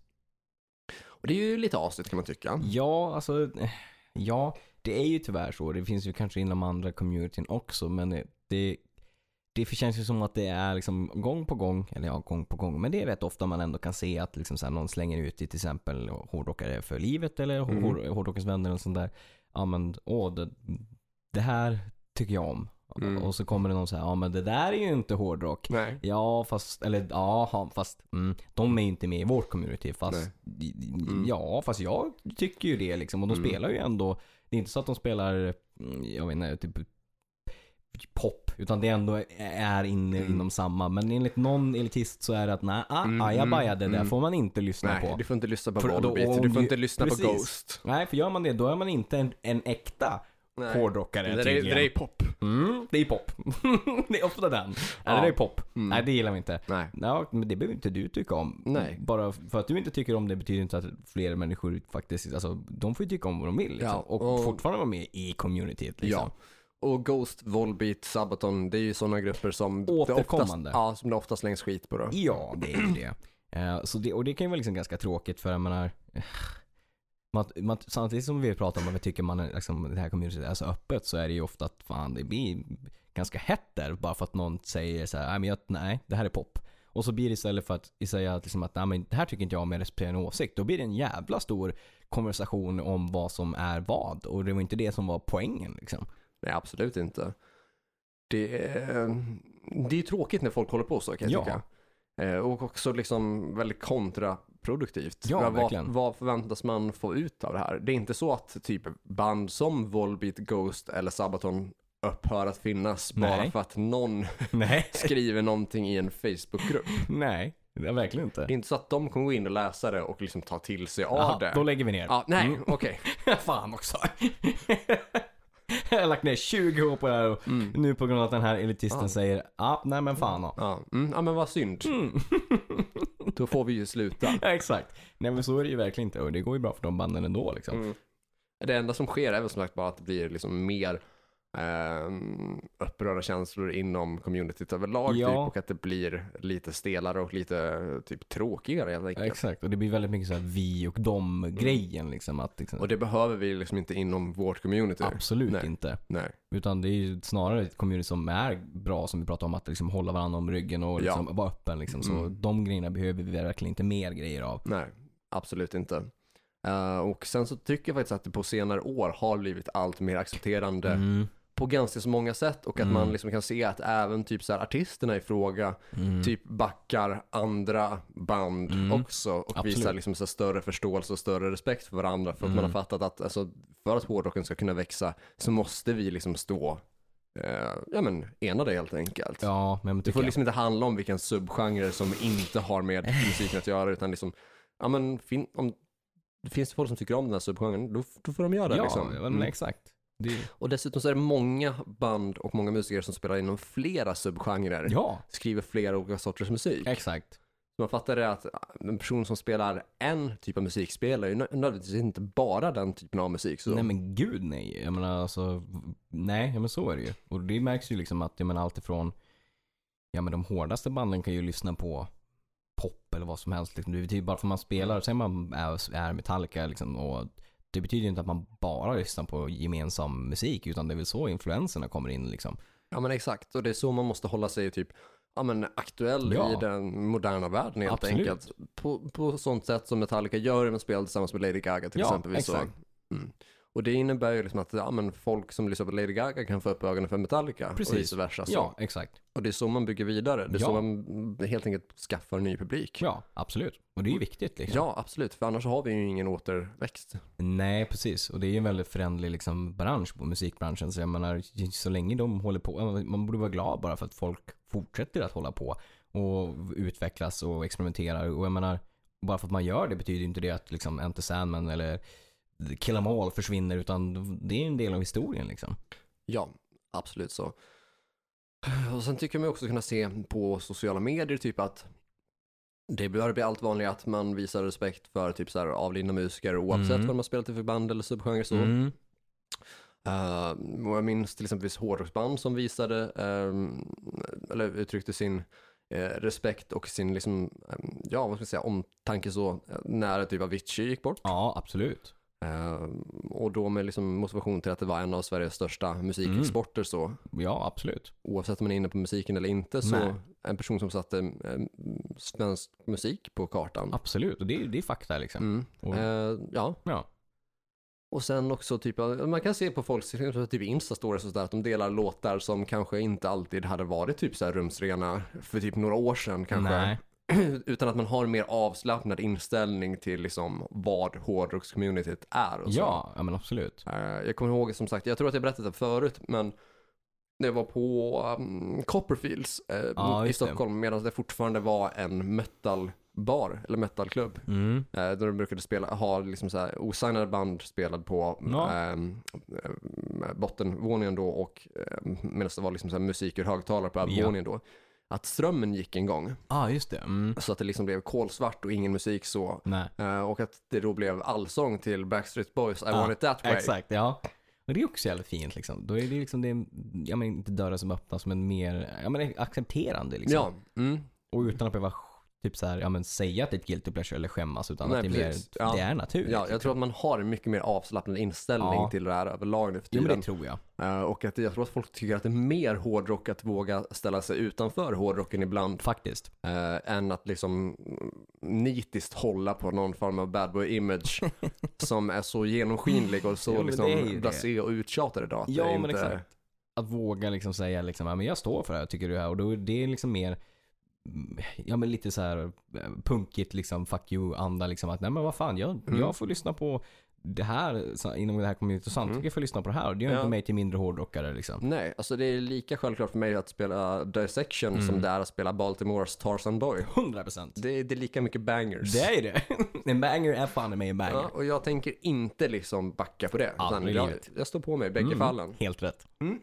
Och det är ju lite asigt kan man tycka. Ja, alltså, eh, ja, det är ju tyvärr så. Det finns ju kanske inom andra communityn också, men det, det, det känns ju som att det är liksom gång på gång, eller ja, gång på gång, men det är rätt ofta man ändå kan se att liksom så här, någon slänger ut i till exempel hårdrockare för livet eller Mm. hår, hårdrockens vänner eller sånt där. Ja, men åh, det, det här tycker jag om. Mm. Och så kommer det någon så här, ja men det där är ju inte hårdrock. Nej. Ja, fast, eller ja, fast mm, de är ju inte med i vårt community. Fast, Mm. ja, fast jag tycker ju det liksom. Och de Mm. spelar ju ändå, det är inte så att de spelar, jag vet inte, typ pop, utan det ändå är inne Mm. inom samma. Men enligt någon elitist så är det att nej, ah, Mm, ajabaja, det där mm. får man inte lyssna Nej, på. du får inte lyssna på För då- Volbeat, om du får du- inte lyssna precis. på Ghost. Nej, för gör man det, då är man inte en, en äkta Nej. hårdrockare Det där är, tydligen. det där är pop. Mm, det är pop. Det är ofta den. Ja. Eller det är pop. Mm. Nej, det gillar vi inte. Nej. Ja, men det behöver inte du tycka om. Nej. Bara för att du inte tycker om det betyder inte att fler människor faktiskt, alltså de får ju tycka om vad de vill liksom. Ja, och, och- fortfarande vara med i communityt liksom. Ja. Och Ghost, Volbeat, Sabaton, det är ju sådana grupper som det oftast, Återkommande. ja, som det oftast slängs skit på då. Ja, det är ju det. Eh, så det. Och det kan ju vara liksom ganska tråkigt för jag menar, eh, man, man, samtidigt som vi pratar om att vi tycker man är, liksom, det här communityt är så öppet, så är det ju ofta att fan, det blir ganska hett där bara för att någon säger så här, nej men jag, nej, det här är pop. Och så blir det istället för att säga att, liksom att nej, men det här tycker inte jag om, jag respekterar en åsikt. Då blir det en jävla stor konversation om vad som är vad. Och det var inte det som var poängen liksom. Nej, absolut inte. Det är, det är ju tråkigt när folk håller på så kan jag Ja. tycka. Eh, och också liksom väldigt kontraproduktivt. Ja, vad, verkligen. vad förväntas man få ut av det här? Det är inte så att typ band som Volbeat, Ghost eller Sabaton upphör att finnas bara Nej. för att någon Nej. skriver någonting i en Facebookgrupp. Nej, det är verkligen inte. Det är inte så att de kommer gå in och läsa det och liksom ta till sig av Aha, det. då lägger vi ner. Ja, nej, Mm. okej. Fan också. Jag har lagt ner tjugo år på det här och Mm. nu på grund av att den här elitisten Ja. säger ja, ah, nej men fan då. Ja. Mm, ja, men vad synd. Mm. Då får vi ju sluta. Ja, exakt. Nej men så är det ju verkligen inte och det går ju bra för de banden ändå liksom. Mm. Det enda som sker är väl som sagt bara att det blir liksom mer eh, upprörda känslor inom communityt överlag Ja. typ, och att det blir lite stelare och lite typ tråkigare helt Ja, enkelt. exakt, och det blir väldigt mycket så här vi och dem grejen liksom, att liksom, Och det behöver vi liksom inte inom vårt community. absolut Nej. inte. Nej. Utan det är ju snarare ett community som är bra, som vi pratar om, att liksom hålla varandra om ryggen och liksom vara öppen liksom. Så Mm. de grejerna behöver vi verkligen inte mer grejer av. Nej, absolut inte. Uh, och sen så tycker jag faktiskt att det på senare år har blivit allt mer accepterande Mm. på ganska så många sätt och att Mm. man liksom kan se att även typ så här artisterna i fråga Mm. typ backar andra band Mm. också och Absolut. visar liksom så här större förståelse och större respekt för varandra för att Mm. man har fattat att alltså, för att hårdrocken ska kunna växa så måste vi liksom stå eh, ja men enade helt enkelt. Ja, men jag Det får tycker liksom inte handla om vilken subgenre som inte har med musiken att göra utan liksom ja men fin- om det finns det folk som tycker om den här subgenren då, då får de göra det ja, liksom. ja, men Mm. exakt. Det, Och dessutom så är det många band och många musiker som spelar inom flera subgenrer. ja, Skriver flera olika sorters musik. exakt. Så man fattar det att en person som spelar en typ av musik spelar ju nö- nödvändigtvis inte bara den typen av musik. Så. Nej men gud nej. Jag menar alltså, nej, ja, men så är det ju. Och det märks ju liksom att, jag menar allt ifrån, ja men de hårdaste banden kan ju lyssna på pop eller vad som helst. Liksom. Det betyder ju bara för man spelar, säger man är, är Metallica liksom, och det betyder ju inte att man bara lyssnar på gemensam musik, utan det är väl så influenserna kommer in liksom. Ja men exakt, och det är så man måste hålla sig typ ja, men aktuell Ja. i den moderna världen helt Absolut. enkelt. På, på sånt sätt som Metallica gör när man spelar tillsammans med Lady Gaga till Ja, exempel. exakt. Så. Mm. Och det innebär ju liksom att ja, men folk som lyssnar på Lady Gaga kan få upp ögonen för Metallica Precis. och vice versa. Så. Ja, exakt. Och det är så man bygger vidare. Det är Ja. så man helt enkelt skaffar ny publik. Ja, absolut. Och det är ju viktigt liksom. Ja, absolut. För annars har vi ju ingen återväxt. Nej, precis. Och det är ju en väldigt förändlig liksom, bransch på musikbranschen. Så jag menar, så länge de håller på, man borde vara glad bara för att folk fortsätter att hålla på och utvecklas och experimenterar. Och jag menar, bara för att man gör det betyder ju inte det att liksom Enter Sandman eller Kill 'Em All försvinner, utan det är en del av historien liksom. Ja, absolut så. Och sen tycker man också kunna se på sociala medier typ att det börjar bli allt vanligare att man visar respekt för typ så här avlidna musiker oavsett Mm. vad man spelat i för band eller subgenre så. Mm. Uh, och jag minns till exempel hårdrocksband som visade, um, eller uttryckte sin uh, respekt och sin liksom, um, ja vad ska jag säga, omtanke så när typ Avicii gick bort. Ja, absolut. Uh, och då med liksom motivation till att det var en av Sveriges största musikexporter mm. så. Ja, absolut. Oavsett om man är inne på musiken eller inte så Nej. En person som satte um, svensk musik på kartan. Absolut, och det, det är fakta liksom. Mm. Och, uh, ja. ja. Och sen också typ, man kan se på folks typ Insta-stories och sådär att de delar låtar som kanske inte alltid hade varit typ så här rumsrena för typ några år sedan kanske. Nej. Utan att man har en mer avslappnad inställning till liksom vad hårdrockscommunityt är och så. Ja, ja men absolut. Uh, jag kommer ihåg som sagt, jag tror att jag berättade det förut, men det var på um, Copperfields uh, ja, i Stockholm medan det fortfarande var en metalbar eller metalklubb. Mm. Uh, där de brukade spela, ha liksom så här osignade band spelad på ja. um, bottenvåningen då och um, medan det var liksom så här musik ur högtalare på övervåningen ja. Då. Att strömmen gick en gång. Ja, ah, just det. Mm. Så att det liksom blev kolsvart och ingen musik så. Nej. Uh, och att det då blev allsång till Backstreet Boys, I ah, want it that way. Exakt, ja. Och det är också jävligt fint liksom. Då är det liksom, det är, jag menar inte dörrar som öppnas men mer, jag menar accepterande liksom. Ja. Mm. Och utan att behöva typ så här, ja men säga att det är ett guilty pleasure eller skämmas utan Nej, att det är mer, ja. Det är naturligt. Ja, jag liksom. tror att man har en mycket mer avslappnad inställning ja. Till det här överlag nu för tiden. Jo, det tror jag. Uh, och att jag tror att folk tycker att det är mer hårdrock att våga ställa sig utanför hårdrocken ibland. Faktiskt. Uh, än att liksom nitiskt hålla på någon form av bad boy image som är så genomskinlig och så jo, liksom blasé och uttjatad idag. Ja, men inte... exakt. Att våga liksom säga liksom, ja men jag står för det här, tycker du här. Och då är det liksom mer ja men lite så här punkigt liksom fuck you anda liksom att nej men vad fan jag, mm. jag får lyssna på det här så, inom det här community och samtidigt mm. får lyssna på det här och det gör ja. Inte mig till mindre hårdrockare liksom. Nej, alltså det är lika självklart för mig att spela Dissection mm. som det är att spela Baltimore's Tarzan Boy. hundra procent. Det, det är lika mycket bangers. Det är det. En banger är fan med en banger. Ja, och jag tänker inte liksom backa på det. Ja, jag, jag står på mig i bägge mm. fallen. Helt rätt. Mm.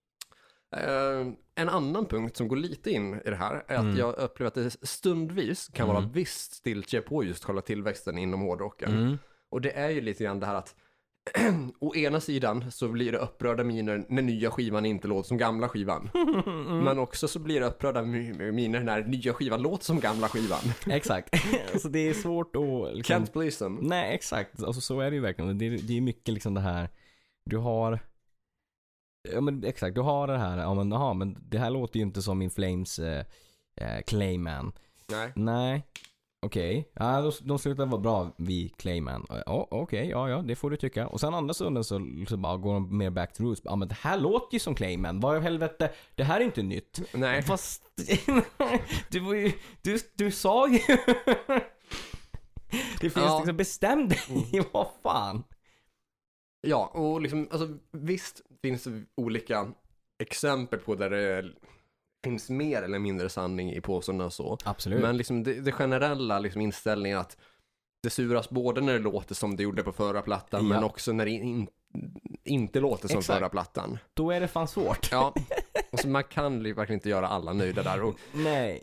Uh, en annan punkt som går lite in i det här är mm. att jag upplever att det stundvis kan mm. vara visst stiltje på just själva tillväxten inom hårdrocken. Mm. Och det är ju lite grann det här att å ena sidan så blir det upprörda miner när nya skivan inte låter som gamla skivan. Mm. Men också så blir det upprörda miner när nya skivan låter som gamla skivan. Exakt. Alltså det är svårt att... Liksom... Can't please them. Nej, exakt. Alltså så är det ju verkligen. Det är, det är mycket liksom det här... Du har... Ja men exakt, du har det här, ja men, aha, men det här låter ju inte som In Flames eh, eh, Clayman. Nej. Nej, okej. Okay. Ja, de, de slutar vara bra vid Clayman. Ja, okej, okay, ja ja, det får du tycka. Och sen andra stunden så, så bara går de mer back to roots. Ja men det här låter ju som Clayman, vad i helvete, det här är inte nytt. Nej. Fast, du var ju, du, du sa ju det finns ja. Liksom bestämd i vad fan. Ja, och liksom, alltså visst finns det olika exempel på där det finns mer eller mindre sanning i påståendena och så. Absolut. Men liksom det, det generella liksom inställningen att det suras både när det låter som det gjorde på förra plattan ja. Men också när det in, inte låter som Exakt. Förra plattan. Då är det fan svårt. Ja, alltså man kan verkligen inte göra alla nöjda där. Och nej.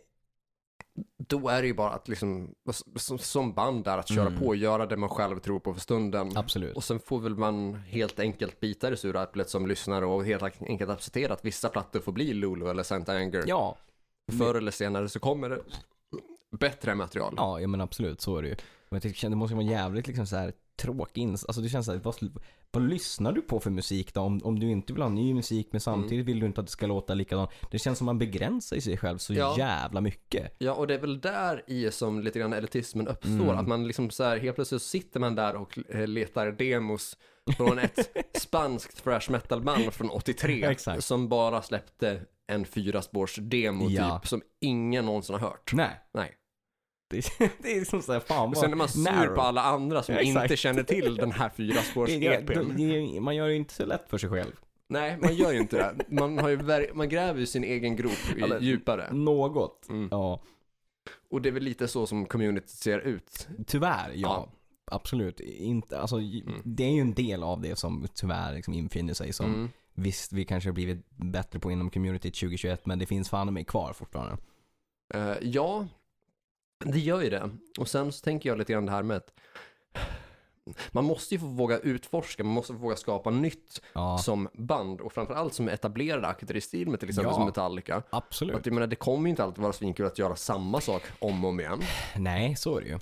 Då är det ju bara att liksom som band där att köra mm. på och göra det man själv tror på för stunden. Absolut. Och sen får väl man helt enkelt bita det sura äpplet som lyssnare och helt enkelt acceptera att vissa plattor får bli Lulu eller Saint Anger. Ja. Förr eller senare så kommer det bättre material. Ja, ja men absolut, så är det ju. Men jag tycker det måste vara jävligt liksom så här tråkigt. Alltså det känns så här, vad, vad lyssnar du på för musik då? Om, om du inte vill ha ny musik men samtidigt mm. vill du inte att det ska låta likadant. Det känns som man begränsar sig själv så ja. Jävla mycket. Ja, och det är väl där i som lite grann elitismen uppstår. Mm. Att man liksom så här, helt plötsligt sitter man där och letar demos från ett spanskt thrash metal band från åttiotre som bara släppte en fyra spårs demo ja. Typ som ingen någonsin har hört. Nej. Nej. Det, det är som så här, fan vad sen är man sur narrow. På alla andra som ja, inte känner till den här fyra spårs E P:n. Man gör ju inte så lätt för sig själv. Nej, man gör ju inte det. Man, har ju, man gräver ju sin egen grop Eller, djupare. Något, mm. ja. Och det är väl lite så som community ser ut. Tyvärr, ja. ja. Absolut. Inte, alltså, mm. Det är ju en del av det som tyvärr liksom infinner sig som mm. visst, vi kanske har blivit bättre på inom community tjugo tjugoett men det finns fan mig kvar fortfarande. Uh, ja, det gör ju det. Och sen så tänker jag lite grann det här med att man måste ju få våga utforska, man måste få våga skapa nytt Ja, som band och framförallt som etablerade akter i stil med till exempel Ja. som Metallica. absolut. Att, jag menar, det kommer ju inte alltid vara svinkul att göra samma sak om och om igen. Nej, så är det ju.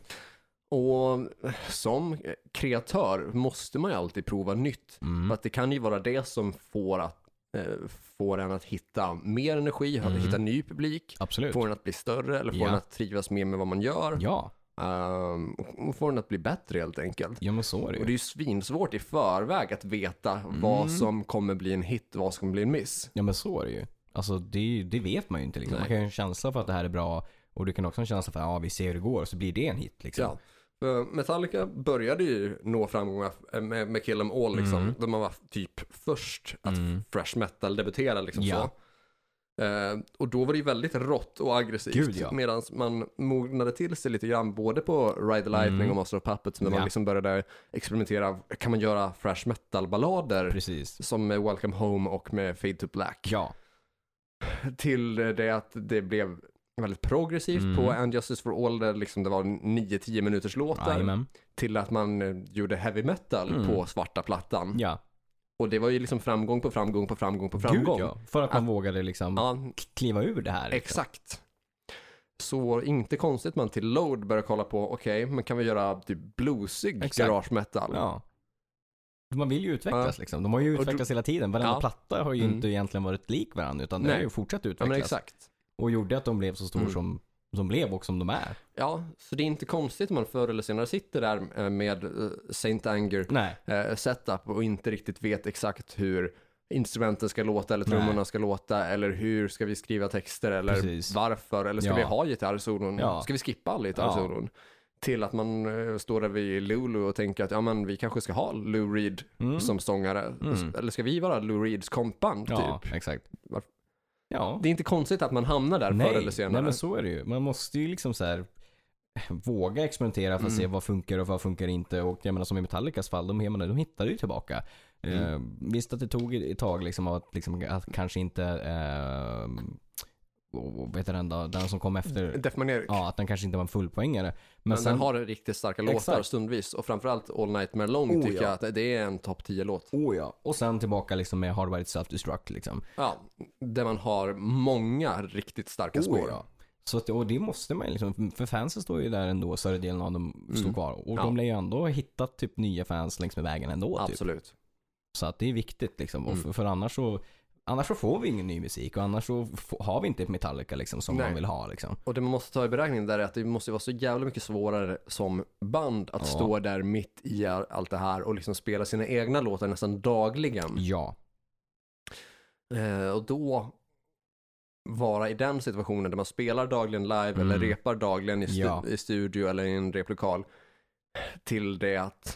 Och som kreatör måste man ju alltid prova nytt. Mm. För att det kan ju vara det som får, att, eh, får en att hitta mer energi, Mm. hitta ny publik, Absolut. får en att bli större eller får Ja. en att trivas mer med vad man gör. Ja, Um, och får den att bli bättre helt enkelt. ja men så är det Och det är ju. ju svinsvårt i förväg att veta vad Mm. som kommer bli en hit och vad som kommer bli en miss. Ja men så är det ju. Alltså det, det vet man ju inte liksom. Nej. Man kan ju ha en känsla för att det här är bra och du kan också ha en känsla för att ja, vi ser hur det går och så blir det en hit liksom. Ja. För Metallica började ju nå framgångar med, med Kill 'Em All liksom. Mm. Då man var typ först att Mm. thrash metal debutera liksom Ja. så. Eh, och då var det ju väldigt rått och aggressivt. Gud, ja. Medan man mognade till sig lite grann både på Ride the Lightning Mm. och Master of Puppets. När man Ja. liksom började experimentera. Kan man göra thrash metal ballader? Precis. Som med Welcome Home och med Fade to Black. Ja. Till det att det blev väldigt progressivt Mm. på And Justice for All där liksom det var nio till tio minuters låtar. Jajamän. Till att man eh, gjorde heavy metal Mm. på svarta plattan. Ja. Och det var ju liksom framgång på framgång på framgång på framgång. Gud ja. För att man Att- vågade liksom Ja, kliva ur det här. Liksom. exakt. Så inte konstigt man till Load börjar kolla på, okej, men kan vi göra typ bluesig Exakt. garage metal? Ja. Man vill ju utvecklas Ja. liksom. De har ju Och utvecklats hela tiden. Varenda Ja. platta har ju Mm. inte egentligen varit lik varandra utan det Nej. har ju fortsatt Ja, utvecklas. men exakt. Och gjorde att de blev så stor Mm. som, som blev och som de är. Ja, så det är inte konstigt om man förr eller senare sitter där eh, med eh, Saint Anger Nej. eh, setup och inte riktigt vet exakt hur instrumenten ska låta eller trummorna Nej. ska låta eller hur ska vi skriva texter eller Precis. varför eller ska Ja. vi ha gitarrsolon? Ja. Ska vi skippa alla gitarrsolon? Till att man eh, står där vid Lulu och tänker att ja men vi kanske ska ha Lou Reed Mm. som sångare. Mm. Eller ska vi vara Lou Reeds kompband Ja, typ? exakt. Varför? Ja. Det är inte konstigt att man hamnar där förr eller Nej, senare. nej men så är det ju. Man måste ju liksom så här våga experimentera för att Mm. se vad funkar och vad funkar inte. Och jag menar som i Metallicas fall, de, de, de hittade ju tillbaka. Mm. Eh, visst att det tog ett tag liksom att, liksom, att kanske inte eh, vad heter den då? Den som kom efter. Def Magnetic. Ja, att den kanske inte var en fullpoängare. Men, Men sen, den har riktigt starka låtar Exakt. stundvis. Och framförallt All Nightmare Long Oh, tycker ja. jag att det är en topp tio-låt. oh ja. Och sen tillbaka liksom med Hardwired Self-Destruct liksom. Ja, där man har många riktigt starka spår. Oh, ja. Så att, och det måste man ju liksom, för fansen står ju där ändå, större delen av dem står Mm. kvar. Och Ja. de lär ju ändå ha hittat typ nya fans längs med vägen ändå. Typ. Absolut. Så att det är viktigt liksom. Och Mm. för, för annars så annars så får vi ingen ny musik och annars så f- har vi inte ett Metallica liksom som Nej. man vill ha liksom. Och det man måste ta i beräkning där är att det måste vara så jävla mycket svårare som band att Ja. stå där mitt i allt det här och liksom spela sina egna låtar nästan dagligen. Ja. Eh, och då vara i den situationen där man spelar dagligen live Mm. eller repar dagligen i, stu- Ja. i studio eller i en replokal till det att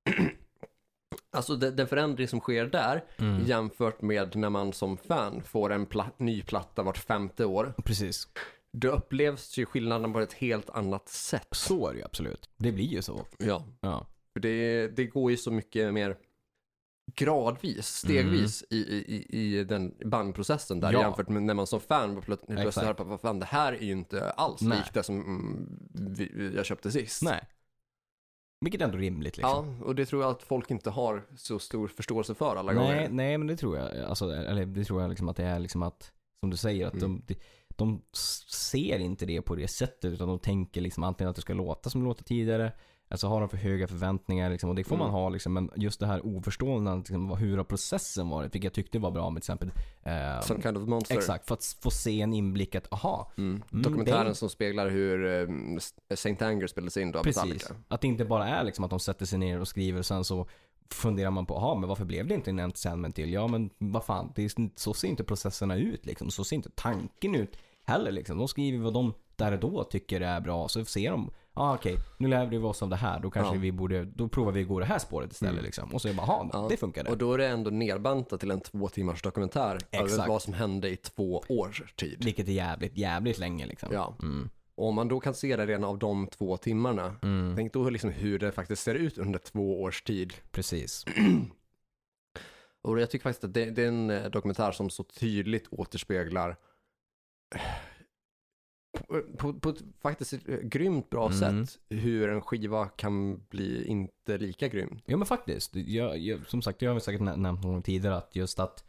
alltså det, den förändring som sker där Mm. jämfört med när man som fan får en pla- ny platta vart femte år, Precis. då upplevs ju skillnaden på ett helt annat sätt. Så är det ju absolut. Det blir ju så. Ja, Ja. för det, det går ju så mycket mer gradvis, stegvis i, i, i den bandprocessen där Ja. jämfört med när man som fan plöt- plötsligt Exakt. hör på vad fan, det här är ju inte alls Nej. likt det som mm, vi, jag köpte sist. Nej. Vilket är ändå rimligt liksom. Ja, och det tror jag att folk inte har så stor förståelse för alla gånger. Nej, nej, men det tror jag. Alltså, eller det tror jag liksom att det är liksom att, som du säger, att Mm. de, de, de ser inte det på det sättet utan de tänker liksom antingen att det ska låta som det låter tidigare, alltså har de för höga förväntningar liksom, och det får man Mm. ha liksom, men just det här oförstående liksom, vad- hur har processen varit, vilket jag tyckte var bra med till exempel eh, Some kind of monster. exakt, för att få se en inblick att, aha, Mm. Mm, Dokumentären det- som speglar hur eh, Saint Anger spelades in då av precis, Metallica. att det inte bara är liksom att de sätter sig ner och skriver och sen så funderar man på, aha, men varför blev det inte en entertainment till? Ja, men vad fan, det är, så ser inte processerna ut liksom, så ser inte tanken ut heller liksom. De skriver vad de där och då tycker är bra, så ser de, ja ah, okej, nu lär vi oss av det här, då kanske Ja. vi borde, då provar vi att gå det här spåret istället Mm. liksom. Och så är det bara, aha, Ja. det funkar det. Och då är det ändå nerbantat till en två timmars dokumentär över Exakt. vad som hände i två års tid. Vilket är jävligt, jävligt länge liksom. Ja. Mm. Och om man då kan se det redan av de två timmarna, Mm. tänk då liksom hur det faktiskt ser ut under två års tid. Precis. Och jag tycker faktiskt att det, det är en eh, dokumentär som så tydligt återspeglar på, på ett faktiskt ett grymt bra Mm. sätt hur en skiva kan bli inte lika grym. Ja men faktiskt, jag, jag, som sagt, jag har säkert nä- nämnt någon gång tidigare att just att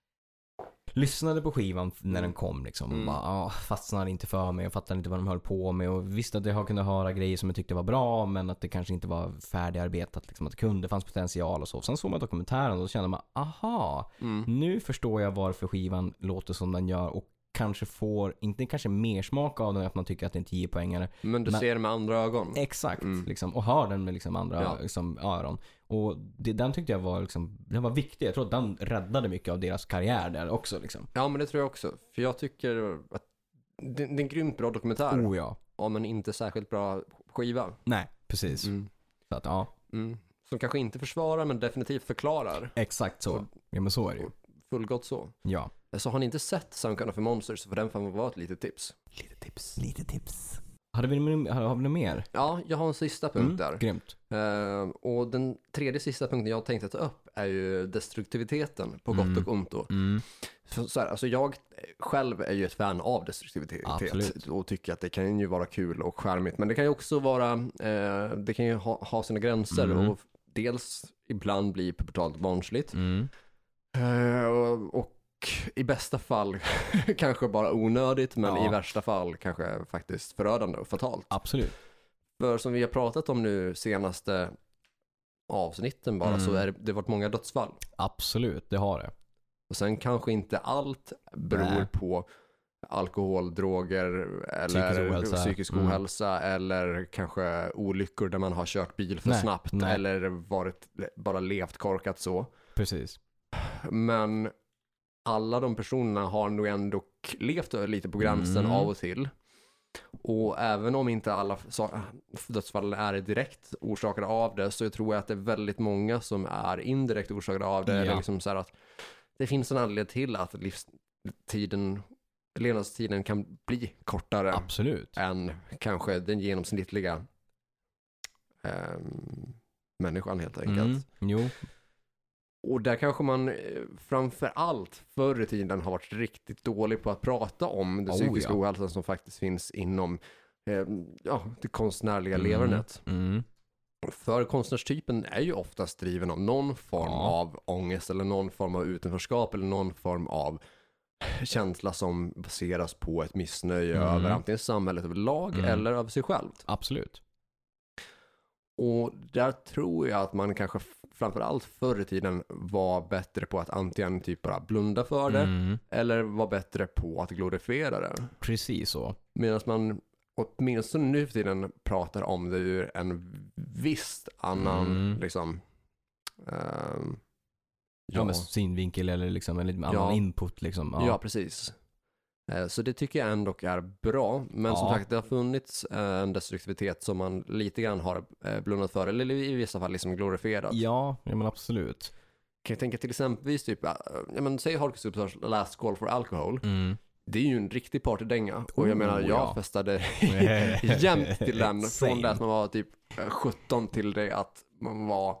lyssnade på skivan när den kom liksom, Mm. bara, ah, fastnade inte för mig, jag fattade inte vad de höll på med och visste att jag kunde höra grejer som jag tyckte var bra men att det kanske inte var färdigarbetat liksom, att det kunde, fanns potential och så. Sen såg man dokumentären och då kände man, aha, Mm. nu förstår jag varför skivan låter som den gör och kanske får, inte kanske mer smak av den att man tycker att det är en tio poängare. Men du Men- ser det med andra ögon. Exakt, Mm. liksom, och hör den med liksom andra Ja. liksom, öron. Och det, den tyckte jag var, liksom, den var viktig. Jag tror att den räddade mycket av deras karriär där också. Liksom. Ja, men det tror jag också. För jag tycker att det, det är en grymt bra dokumentär. Oh ja. Om en inte särskilt bra skiva. Nej, precis. Mm. Så att, ja, Mm. Som kanske inte försvarar men definitivt förklarar. exakt så. Ja, men så är det ju. Fullgott så. Ja. Så har ni inte sett Some Kind of a Monster så får den fan vara ett litet tips. Lite tips. Lite tips. Hade vi, har, har vi något mer? Ja, jag har en sista punkt Mm, där. grymt. Eh, och den tredje sista punkten jag tänkte ta upp är ju destruktiviteten på gott Mm. och ont då. Mm. Så, så här, alltså jag själv är ju ett fan av destruktivitet Absolut. och tycker att det kan ju vara kul och charmigt, men det kan ju också vara, eh, det kan ju ha, ha sina gränser Mm. och dels ibland bli pubertalt barnsligt Mm. eh, och, och i bästa fall kanske bara onödigt, men Ja. i värsta fall kanske faktiskt förödande och fatalt. Absolut. För som vi har pratat om nu senaste avsnitten bara, Mm. så är det, det har varit många dödsfall. Absolut, det har det. Och sen kanske inte allt beror Nej. på alkohol, droger eller Psykisk ohälsa. psykisk Mm. ohälsa eller kanske olyckor där man har kört bil för Nej, snabbt nej. eller varit, bara levt korkat så. Precis. Men alla de personerna har nog ändå k- levt lite på gränsen Mm. av och till. Och även om inte alla sa- dödsfall är direkt orsakade av det, så jag tror jag att det är väldigt många som är indirekt orsakade av det. Ja. Eller liksom så här att det finns en anledning till att livstiden, levnadstiden kan bli kortare Absolut. än kanske den genomsnittliga ehm, människan helt enkelt. Mm. Jo. Och där kanske man eh, framför allt förr i tiden har varit riktigt dålig på att prata om den Oh, psykiska ja. ohälsan som faktiskt finns inom eh, ja, det konstnärliga Mm. levernet. Mm. För konstnärstypen är ju oftast driven av någon form Ja. av ångest eller någon form av utanförskap eller någon form av känsla som baseras på ett missnöje Mm. över antingen samhället överlag Mm. eller över sig själv. Absolut. Och där tror jag att man kanske f- framförallt förr i tiden var bättre på att antingen typ bara blunda för det Mm. eller var bättre på att glorifiera det. Precis så. Medan man åtminstone nu för tiden pratar om det ur en viss annan Mm. liksom ehm, Ja, ja, med synvinkel eller liksom en lite annan Ja. input liksom. ja. precis. Eh, Så det tycker jag ändå är bra. Men som Ja. sagt, det har funnits eh, en destruktivitet som man lite grann har eh, blundat för, eller i vissa fall liksom glorifierat. Ja, ja men absolut. Kan jag tänka till exempelvis typ, äh, ja men säg Hardcore Superstars Last Call for Alcohol. Mm. Det är ju en riktig partydänga. Och jag Oh, menar, jag ja. festade jämt till den. Same. Från det att man var typ eh, sjutton till det att man var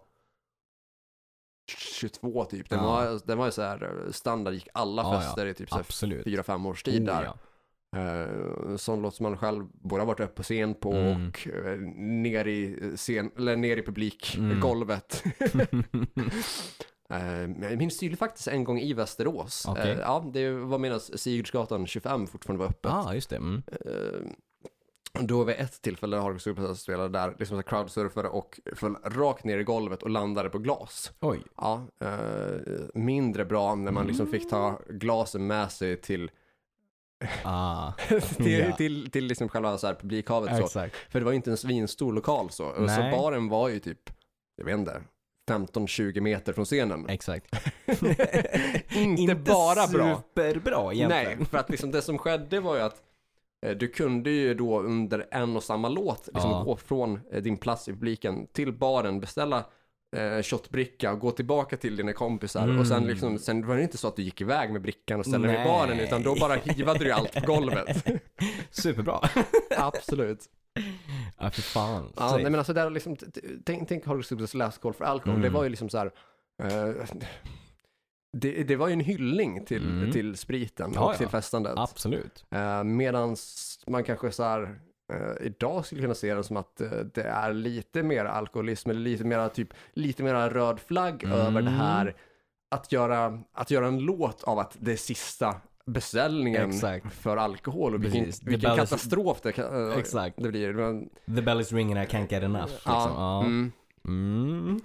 tjugotvå typ. Den, Ja. var, den var ju så här standard, gick alla Ja, ja. fester i typ så här Absolut. fyra, fem års tid Oh, där. ja. Uh, sån låt som man själv både har varit uppe på scen på Mm. och eh, ner i scen, eller ner i publikgolvet. Mm. Eh, men jag minns tydligt faktiskt en gång i Västerås. Okej. Eh, ja, det var medan Sigurdsgatan tjugofem fortfarande var öppet. ah, just det. Mm. Eh, då vid ett tillfälle har Superstars spelade där, liksom så crowdsurfade och föll rakt ner i golvet och landade på glas. Oj. Ja, eh, mindre bra när man liksom fick ta glasen med sig till Ah, till, Ja. till, till liksom själva så här publikhavet så. exakt. För det var ju inte en svinstor lokal så. Och så Nej. baren var ju typ, jag vet inte, femton tjugo meter från scenen. Exakt. Inte bara bra. Superbra egentligen. Nej, för att liksom det som skedde var ju att eh, du kunde ju då under en och samma låt liksom Ja. gå från eh, din plats i publiken till baren, beställa eh, shotbricka och gå tillbaka till dina kompisar Mm. och sen liksom, sen var det inte så att du gick iväg med brickan och ställde dig i Nej. baren, utan då bara hivade du allt på golvet. Superbra. Absolut. Ja, för fan. Ja, Säg. nej, men alltså där liksom, t- t- tänk, tänk Hardcore Superstars Last Call for Alcohol, Mm. det var ju liksom så här, eh, det, det var ju en hyllning till, Mm. till spriten Ja, och till ja. festandet. Absolut. Eh, medans man kanske så här, eh, idag skulle kunna se det som att eh, det är lite mer alkoholism eller lite mer typ, lite mer röd flagg Mm. över det här att göra, att göra en låt av att det är sista beställningen Exakt. för alkohol och vilken, Precis. The vilken bell is- katastrof det, kan, eh, Exakt. det blir. Men, The bell is ringing, I can't get enough. Liksom. ja, Ja. mm, Mm.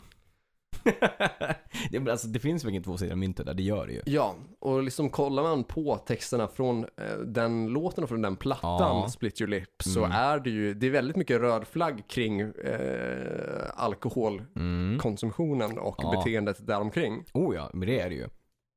det, men alltså, det finns väl ingen två sidor av myntet där, det gör det ju. ja, och liksom kollar man på texterna från eh, den låten och från den plattan, Ja. Split Your Lip, så Mm. är det ju, det är väldigt mycket röd flagg kring eh, alkoholkonsumtionen Mm. och Ja. beteendet däromkring. Oh ja, men det är det ju.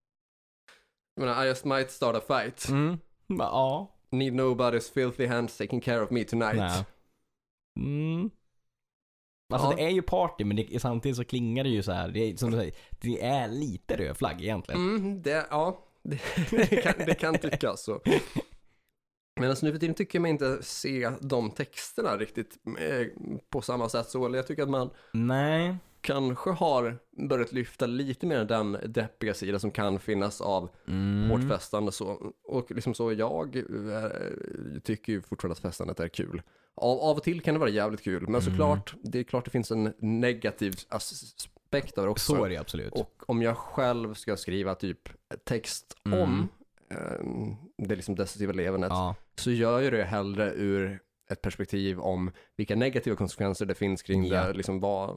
Jag menar, I just might start a fight. Mm. Ja. Need nobody's filthy hands taking care of me tonight. Nej. Mm. Alltså Ja. det är ju party, men det, samtidigt så klingar det ju så här. Det är, som du säger, det är lite röd flagg egentligen. Mm, det, ja, det, det, kan, det kan tyckas så. Men alltså nu för tiden tycker jag mig inte se de texterna riktigt eh, på samma sätt så. Eller jag tycker att man Nej. kanske har börjat lyfta lite mer den deppiga sida som kan finnas av Mm. hårt festande så. Och liksom så, jag eh, tycker ju fortfarande att festandet är kul. Av, av och till kan det vara jävligt kul, men Mm. såklart, det är klart det finns en negativ aspekt av det också. Så är det absolut. Och om jag själv ska skriva typ text Mm. om eh, det liksom destruktiva levandet, Ja. så gör jag det hellre ur ett perspektiv om vilka negativa konsekvenser det finns kring Ja. det, liksom vad,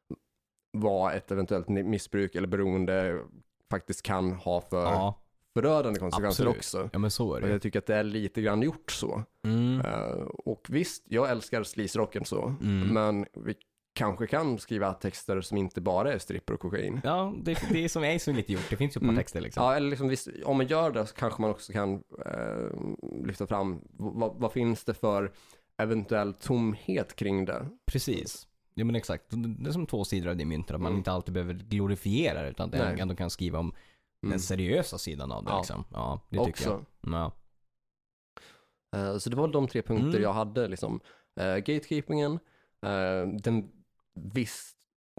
vad ett eventuellt missbruk eller beroende faktiskt kan ha för Ja. förödande konsekvenser Absolut. också. Ja, men så är Och det. jag tycker att det är lite grann gjort så. Mm. Eh, och visst, jag älskar sleaze-rocken så, Mm. men vi kanske kan skriva texter som inte bara är stripper och kokain. Ja, det, det är som är så lite gjort. Det finns ju på Mm. texter liksom. Ja, eller liksom visst, om man gör det så kanske man också kan eh, lyfta fram vad, vad finns det för eventuell tomhet kring det. Precis. Ja men exakt. Det är som två sidor av det myntet. Att man Mm. inte alltid behöver glorifiera det, utan det Nej. ändå kan skriva om Mm. den seriösa sidan av det Ja. liksom. Ja, det tycker Också. jag. Ja. Eh, så det var de tre punkter Mm. jag hade liksom. Eh, gatekeepingen, eh, den viss,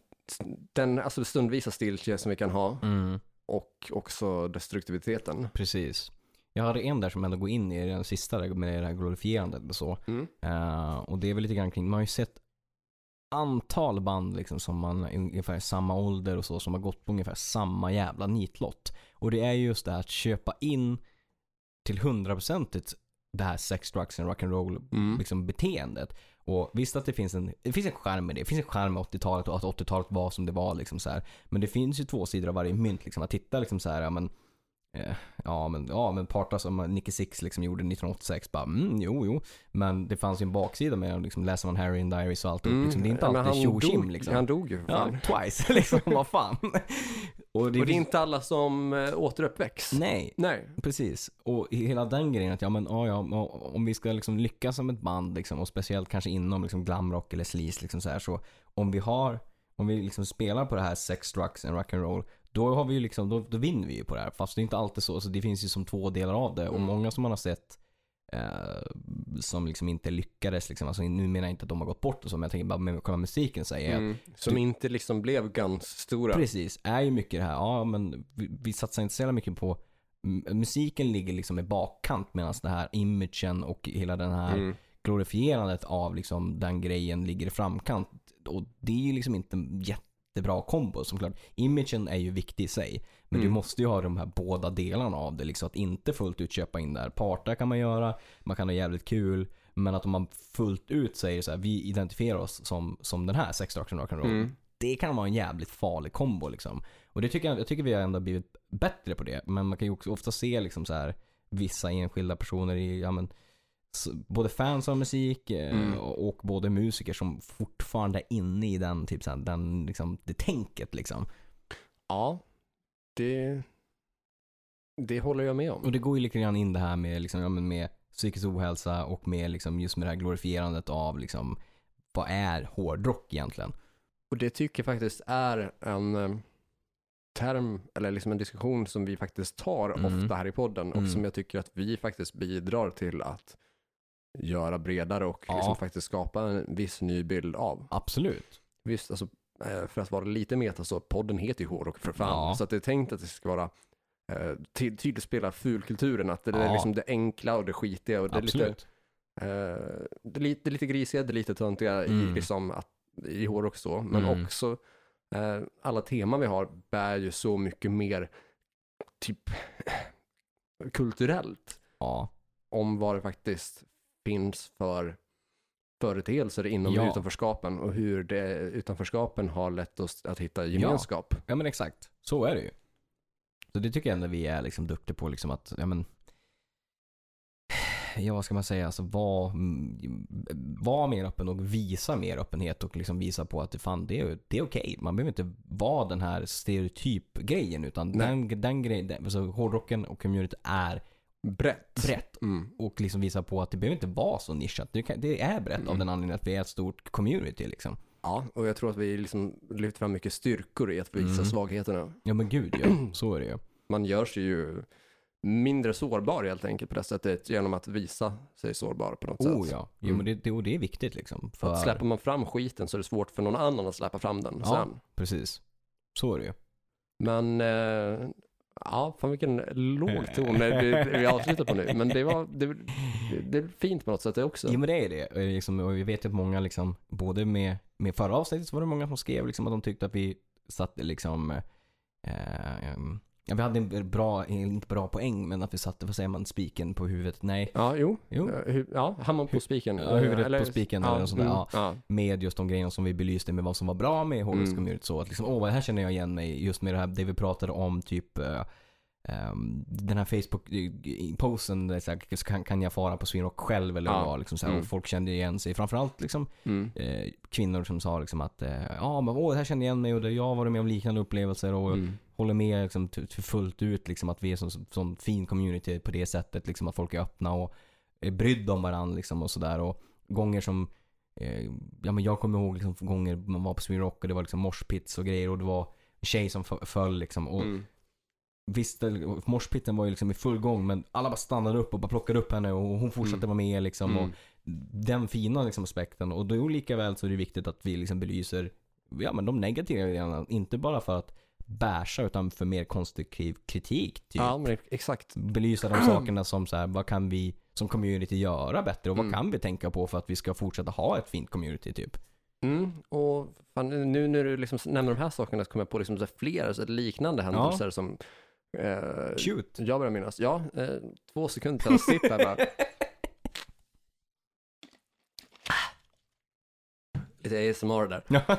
den alltså stundvisa stiltje som vi kan ha Mm. och också destruktiviteten. Precis. Jag hade en där som ändå går in i den sista där med det här glorifierandet och så. Mm. Eh, och det är väl lite grann kring, man har ju sett antal band liksom som man i ungefär samma ålder och så, som har gått på ungefär samma jävla nitlott. Och det är just det här att köpa in till hundraprocentigt det här sex, drugs and rock'n'roll Mm. liksom beteendet. Och visst att det finns en det finns en charm med det. Det finns en charm med åttiotalet och att åttiotalet var som det var liksom så här. Men det finns ju två sidor av varje mynt liksom. Att titta liksom så här, ja men eh, ja men ja men parta som Nicky Six liksom gjorde nittonhundraåttiosex, bara mm, jo jo, men det fanns ju en baksida med liksom, läser man Harry in Diaries och allt Mm. liksom. Det är inte Ja, men alltid han tjo-tjim dog- liksom. Han dog ju för Ja, fan. twice liksom, vad fan. Och det, Och det är inte alla som äh, återuppväcks. nej. Nej. Precis, och hela den grejen att ja men ja, ja, om vi ska liksom lyckas som ett band liksom, och speciellt kanske inom liksom glamrock eller sleaze liksom så här, så om vi har om vi liksom spelar på det här sex, drugs and rock'n'roll, då har vi ju liksom då, då vinner vi ju på det här, fast det är inte alltid så, så det finns ju som två delar av det, och Mm. många som man har sett eh, som liksom inte lyckades liksom, alltså nu menar jag inte att de har gått bort och så, men jag tänker bara med själva musiken säger jag. Mm. Som du- inte liksom blev ganska stora. Precis, är ju mycket det här, ja men vi, vi satsar inte så jävla mycket på m- musiken ligger liksom i bakkant, medan det här imagen och hela den här Mm. glorifierandet av liksom den grejen ligger i framkant, och det är ju liksom inte en jättebra kombo, som klart imagen är ju viktig i sig, men Mm. du måste ju ha de här båda delarna av det liksom, att inte fullt ut köpa in där. Parta kan man göra, man kan ha jävligt kul, men att om man fullt ut säger så här, vi identifierar oss som, som den här sex, drugs and rock'n'roll, Mm. det kan vara en jävligt farlig kombo liksom. Och det tycker jag, jag tycker vi har ändå blivit bättre på det, men man kan ju också ofta se liksom så här vissa enskilda personer i, ja men s- både fans av musik eh, Mm. och, och både musiker som fortfarande är inne i den typ så här, den liksom det tänket liksom. Ja, det, det håller jag med om. Och det går ju lite grann in det här med liksom, ja men med psykisk ohälsa och med liksom just med det här glorifierandet av liksom vad är hårdrock egentligen? Och det tycker jag faktiskt är en eh, term, eller liksom en diskussion som vi faktiskt tar Mm. ofta här i podden och Mm. som jag tycker att vi faktiskt bidrar till att göra bredare och Ja. liksom faktiskt skapa en viss ny bild av. Absolut. Visst, alltså eh, för att vara lite meta så podden heter ju hårdrock för fan. Ja. Så att det är tänkt att det ska vara eh, ty- tydligt spela fulkulturen, att det Ja. är liksom det enkla och det skitiga och det är lite, Absolut. eh, det är lite, det är lite grisiga, det är lite töntiga i, Mm. liksom att, i hårdrock så, men Mm. också eh, alla teman vi har bär ju så mycket mer typ kulturellt Ja. om vad det faktiskt finns för företeelser inom Ja. utanförskapen och hur det utanförskapen har lett oss att hitta gemenskap. Ja men exakt, så är det ju. Så det tycker jag ändå vi är liksom duktiga på liksom att, ja men ja vad ska man säga, alltså var, var mer öppen och visa mer öppenhet och liksom visa på att det, fan, det är, det är okej. Man behöver inte vara den här stereotypgrejen utan den, den grejen, alltså hårdrocken och community är Brett. brett Mm. och liksom visa på att det behöver inte vara så nischat. Det, kan, det är brett Mm. av den anledningen att vi är ett stort community liksom. Ja, och jag tror att vi liksom lyfter fram mycket styrkor i att visa Mm. svagheterna. Ja men gud ja, så är det ju. Man gör sig ju mindre sårbar helt enkelt på det sättet genom att visa sig sårbar på något Oh sätt. ja, jo, Mm. men det, det, och det är viktigt liksom. För att släpper man fram skiten så är det svårt för någon annan att släppa fram den Ja. sen. Precis, så är det ju. Men eh, ja, fan vilken låg ton vi, vi avslutar på nu. Men det var det, det, det är fint på något sätt det också. Jo men det är det. Och Liksom, och vi vet ju att många liksom, både med, med förra avsnittet så var det många som skrev liksom att de tyckte att vi satte liksom eh, um, ja, vi hade en bra, inte bra poäng men att vi satte, vad säger man, spiken på huvudet. Nej, Ja, jo. Jo. Eh, hu- Ja, hammaren på spiken. Ja, huvudet Eller- på spiken eller något sånt där. mm, Ja. ja. med just de grejerna som vi belyste med vad som var bra med hårdrock Mm. community så att liksom, åh, vad här känner jag igen mig just med det här, det vi pratade om typ eh, ehm, den här Facebook-posten där så här, kan, kan jag fara på Swinrock själv eller Ja. vad liksom, så här, Mm. och folk kände igen sig, framförallt liksom Mm. eh, kvinnor som sa liksom att eh, ja men åh, det här känner jag igen mig och det, jag har varit med om liknande upplevelser och Mm. håller med liksom, t- t- fullt ut liksom, att vi är som, som fin community på det sättet liksom, att folk är öppna och är brydda om varandra liksom, och sådär och gånger som eh, ja men jag kommer ihåg liksom, gånger man var på Swinrock och det var liksom moshpits och grejer och det var en tjej som f- föll liksom och Mm. visst, morspitten var ju liksom i full gång men alla bara stannade upp och bara plockade upp henne och hon fortsatte Mm. vara med liksom Mm. och den fina liksom aspekten och då lika väl så är det viktigt att vi liksom belyser ja men de negativa grejerna, inte bara för att bärsa utan för mer konstruktiv kritik typ. Ja, men exakt. Belysa de sakerna som så här, vad kan vi som community göra bättre och vad Mm. kan vi tänka på för att vi ska fortsätta ha ett fint community typ. Mm, och fan, nu när du liksom nämner de här sakerna så kommer jag på liksom så här flera så här liknande händelser som eh, Shoot. jag börjar minnas. Ja, eh, två sekunder till att sitta här bara. Lite A S M R där.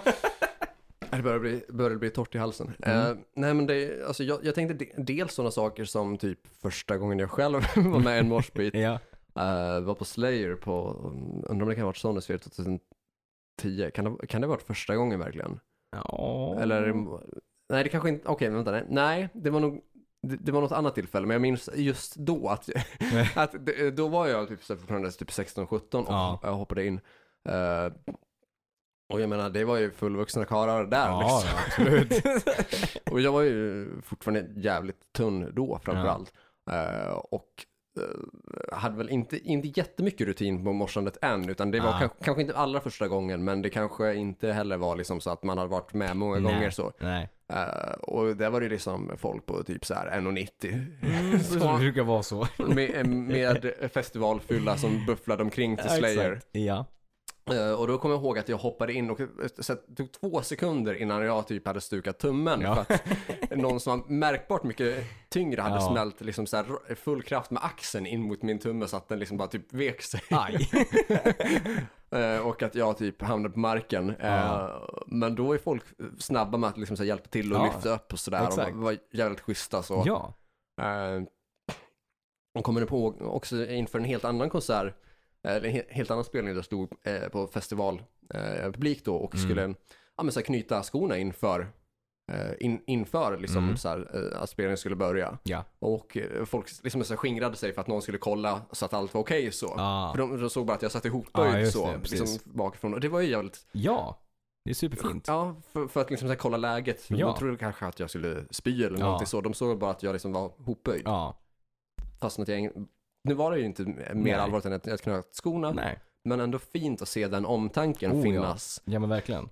Det börjar bli, börjar bli torrt i halsen. Mm. Eh, nej men det, alltså jag, jag tänkte de, dels sådana saker som typ första gången jag själv var med i en moshpit. Ja. Uh, var på Slayer på, undrar om det kan ha varit Sonosphere tjugohundratio. Kan det, kan det ha varit första gången verkligen? Ja. Eller, nej det kanske inte, okej okay, vänta, nej. nej, det var nog, det, det var något annat tillfälle, men jag minns just då att, att det, då var jag typ, fortfarande typ sexton sjutton och Ja. jag hoppade in. Uh, och jag menar, det var ju fullvuxna karlar där Ja, liksom. ja, absolut. Och jag var ju fortfarande jävligt tunn då framförallt. Uh, och uh, hade väl inte, inte jättemycket rutin på morsandet än, utan det var Ah. kanske, kanske inte allra första gången, men det kanske inte heller var liksom så att man hade varit med många Nej. gånger så. Nej. Uh, och där var det liksom folk på typ så här en nittio. Mm, det Så- brukar vara så. med, med festivalfylla som bufflade omkring till Slayer. Exakt. Ja. Uh, och då kommer jag ihåg att jag hoppade in och så att det tog två sekunder innan jag typ hade stukat tummen Ja. för att någon som var märkbart mycket tyngre hade Ja. smält liksom så här full kraft med axeln in mot min tumme så att den liksom bara typ vek sig. Aj. Uh, och att jag typ hamnade på marken. Uh, Ja. Men då är folk snabba med att liksom så här hjälpa till och Ja. lyfta upp och sådär. Och Exakt. var, var jävligt schyssta så. Ja. Uh, och kommer det på också inför en helt annan konsert, eh, en he- helt annan spelning där jag stod eh, på festivalpublik då och Mm. skulle ja, men så här, knyta skorna inför eh, in, inför liksom Mm. så här, eh, att spelningen skulle börja. Ja. Och eh, folk liksom så här, skingrade sig för att någon skulle kolla så att allt var okej så. Ah. För de, de såg bara att jag satt ihop Ja, böjd just så det, precis. liksom bakifrån. Och det var ju jävligt, Ja. Det är superfint. ja, för, för att liksom så här, kolla läget. Ja. De trodde kanske att jag skulle spy eller Ja. någonting så. De såg bara att jag liksom var hopböjd. Ja. Fast att jag, nu var det ju inte mer Nej. allvarligt än att jag knöt skorna. Nej. Men ändå fint att se den omtanken Oh, ja. finnas. Ja men verkligen.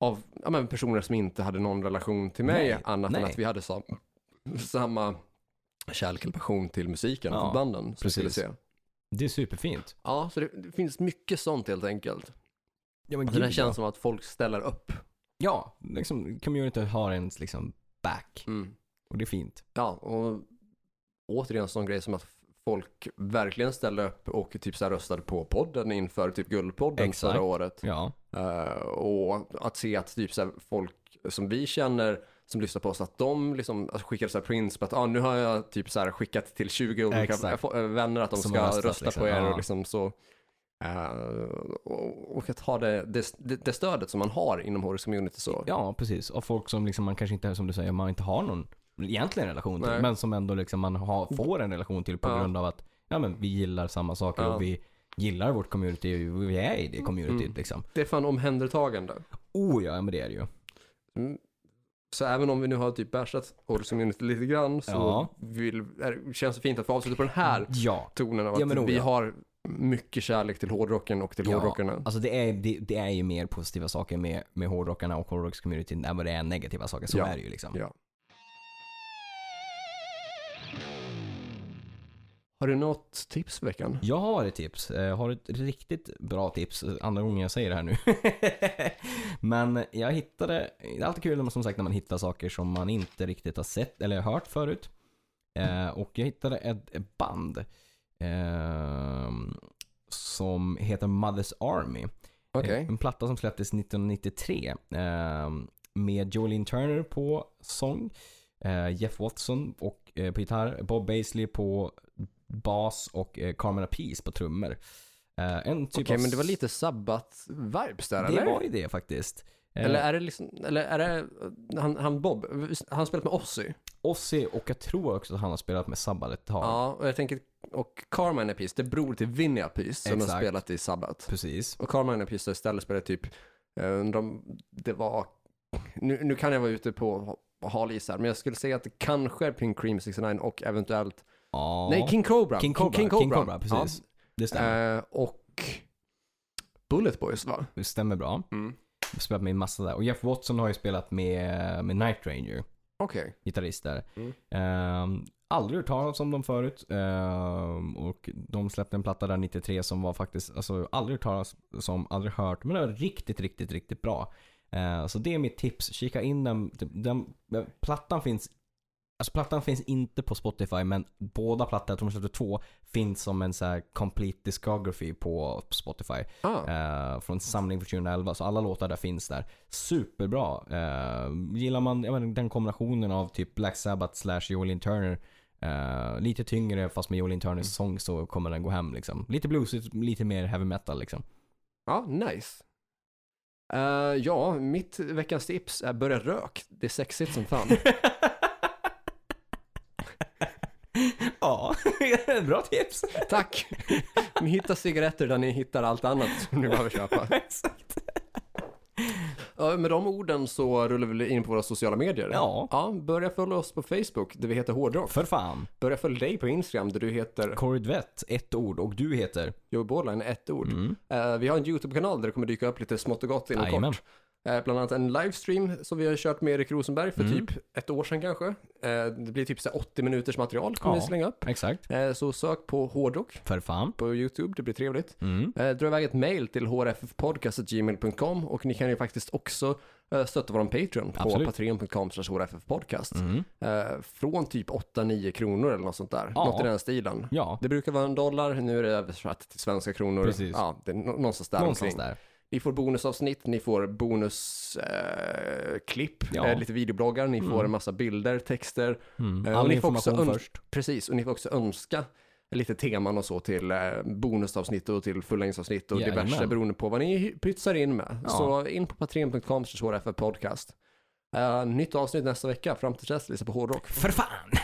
av ja, men personer som inte hade någon relation till mig Nej, annat nej. än att vi hade sam, samma kärlek eller passion till musiken Ja, och banden. Så precis. skulle se. Det är superfint. Ja, så det, det finns mycket sånt helt enkelt. Ja, men Alltså det gud, känns ja. som att folk ställer upp. Ja, liksom community har ens liksom back. Mm. Och det är fint. Ja, och återigen en sån grej som att folk verkligen ställde upp och typ så här röstade på podden inför typ Guldpodden Exakt. förra året. Ja. Uh, och att se att typ så här folk som vi känner som lyssnar på oss, att de liksom alltså, skickade så här prints på att ah, nu har jag typ så här skickat till tjugo olika Exakt. vänner att de Som ska har röstat, rösta liksom. på er Ja. och liksom så. Uh, och, och att ha det, det, det stödet som man har inom Horus Community så. Ja, precis. Och folk som liksom man kanske inte, som du säger, man inte har någon egentligen relation till. Nej. Men som ändå liksom man har, får en relation till på Ja. grund av att ja, men vi gillar samma saker Ja. och vi gillar vårt community och vi är i det communityt Mm. liksom. Det är fan omhändertagande. Oh ja, men det är det ju. Mm. Så även om vi nu har typ bärsat Horus Community lite grann så Ja. vill, är, känns det fint att få avsluta på den här Ja. tonen av att Ja, men nog, vi ja. har mycket kärlek till hårdrocken och till Ja, hårdrockarna. alltså det är, det, det är ju mer positiva saker med, med hårdrockarna och hårdrockscommunityn än vad det är negativa saker. Så Ja. är det ju liksom. Ja. Har du något tips för veckan? Jag har ett tips. Jag har ett riktigt bra tips. Andra gången jag säger det här nu. Men jag hittade, det är alltid kul när man, som sagt, när man hittar saker som man inte riktigt har sett eller hört förut. Eh, och jag hittade ett, ett band eh, som heter Mother's Army. Okej. Eh, En platta som släpptes nittonhundranittiotre eh, med Jolene Turner på sång, eh, Jeff Watson och, eh, på gitarr, Bob Baisley på bas och eh, Carmen Appice på trummor. Eh, en typ Okej, av... men det var lite Sabbath-vibes där, Det eller? var ju det faktiskt. Eh, Eller är det liksom, eller är det, han, han Bob, han har spelat med Ozzy. Ozzy, och jag tror också att han har spelat med Sabbath ett tag. Ja, och jag tänker, och Carmen Appice, det är bror till Vinny Appice som Exakt. har spelat i Sabbath. Precis. Och Carmen Appice istället spelade typ, jag undrar om det var, nu, nu kan jag vara ute på hal is här, men jag skulle säga att det kanske är Pink Cream sextionio och eventuellt, Ja. nej, King Cobra. King Cobra, King Cobra, King Cobra, precis. Det Ja. stämmer. Eh, och Bullet Boys, va? Det stämmer bra. Mm. Jag har spelat med en massa där. Och Jeff Watson har ju spelat med, med Night Ranger, Okej. gitarrist där. Mm. Ehm, aldrig hört talas om dem förut. Ehm, och de släppte en platta där nittiotre som var faktiskt, alltså aldrig hört talas om, aldrig hört. Men det var riktigt, riktigt, riktigt bra. Ehm, så det är mitt tips. Kika in den. den, den plattan finns Alltså plattan finns inte på Spotify, men båda plattor, jag tror de släppte två, finns som en så här complete discography på Spotify. Ah. Eh, från samling för tjugoelva, så alla låtar där finns där. Superbra. Eh, gillar man jag menar, den kombinationen av typ Black Sabbath slash Jolene Turner, eh, lite tyngre fast med Jolene Turners sång, så kommer den gå hem liksom. Lite bluesigt, lite mer heavy metal liksom. Ja, nice. Uh, ja, mitt veckans tips är börja rök. Det är sexigt som fan. Ja, bra tips. Tack. Ni hittar cigaretter där ni hittar allt annat som ni behöver köpa. Exakt. Ja, med de orden så rullar vi in på våra sociala medier. Ja. Ja, börja följa oss på Facebook där vi heter Hårdrock. För fan. Börja följa dig på Instagram där du heter Corridvett, ett ord, och du heter Joey Borderline, ett ord. Mm. Uh, vi har en YouTube-kanal där det kommer dyka upp lite smått och gott inom Jajamän. kort. Uh, bland annat en livestream som vi har kört med Erik Rosenberg för Mm. typ ett år sedan kanske. Uh, det blir typ så här åttio minuters material kommer Ja. vi slänga upp. Exakt. Uh, så sök på Hårdrock För fan. på YouTube, det blir trevligt. Mm. Uh, dra iväg ett mail till h r f f podcast at gmail dot com och ni kan ju faktiskt också uh, stötta vår Patreon på Absolut. patreon dot com slash h r f f podcast. Mm. Uh, från typ åtta nio kronor eller något sånt där. Ja. Något i den stilen. Ja, Det brukar vara en dollar, nu är det översatt till svenska kronor. Precis. Ja, det är nå- någonstans där någonstans omkring. där. Ni får bonusavsnitt, ni får bonusklipp, eh, klipp, Ja. eh, lite videobloggar, ni Mm. får en massa bilder, texter. Mm. Eh, och All ni får också information öns- först. Precis, och ni får också önska lite teman och så till eh, bonusavsnitt och till fullängdsavsnitt och Jajamän. diverse beroende på vad ni pytsar in med. Ja. Så in på patreon dot com slash h r f f podcast. Uh, nytt avsnitt nästa vecka, fram till dess, lyssna på Hårdrock. För fan!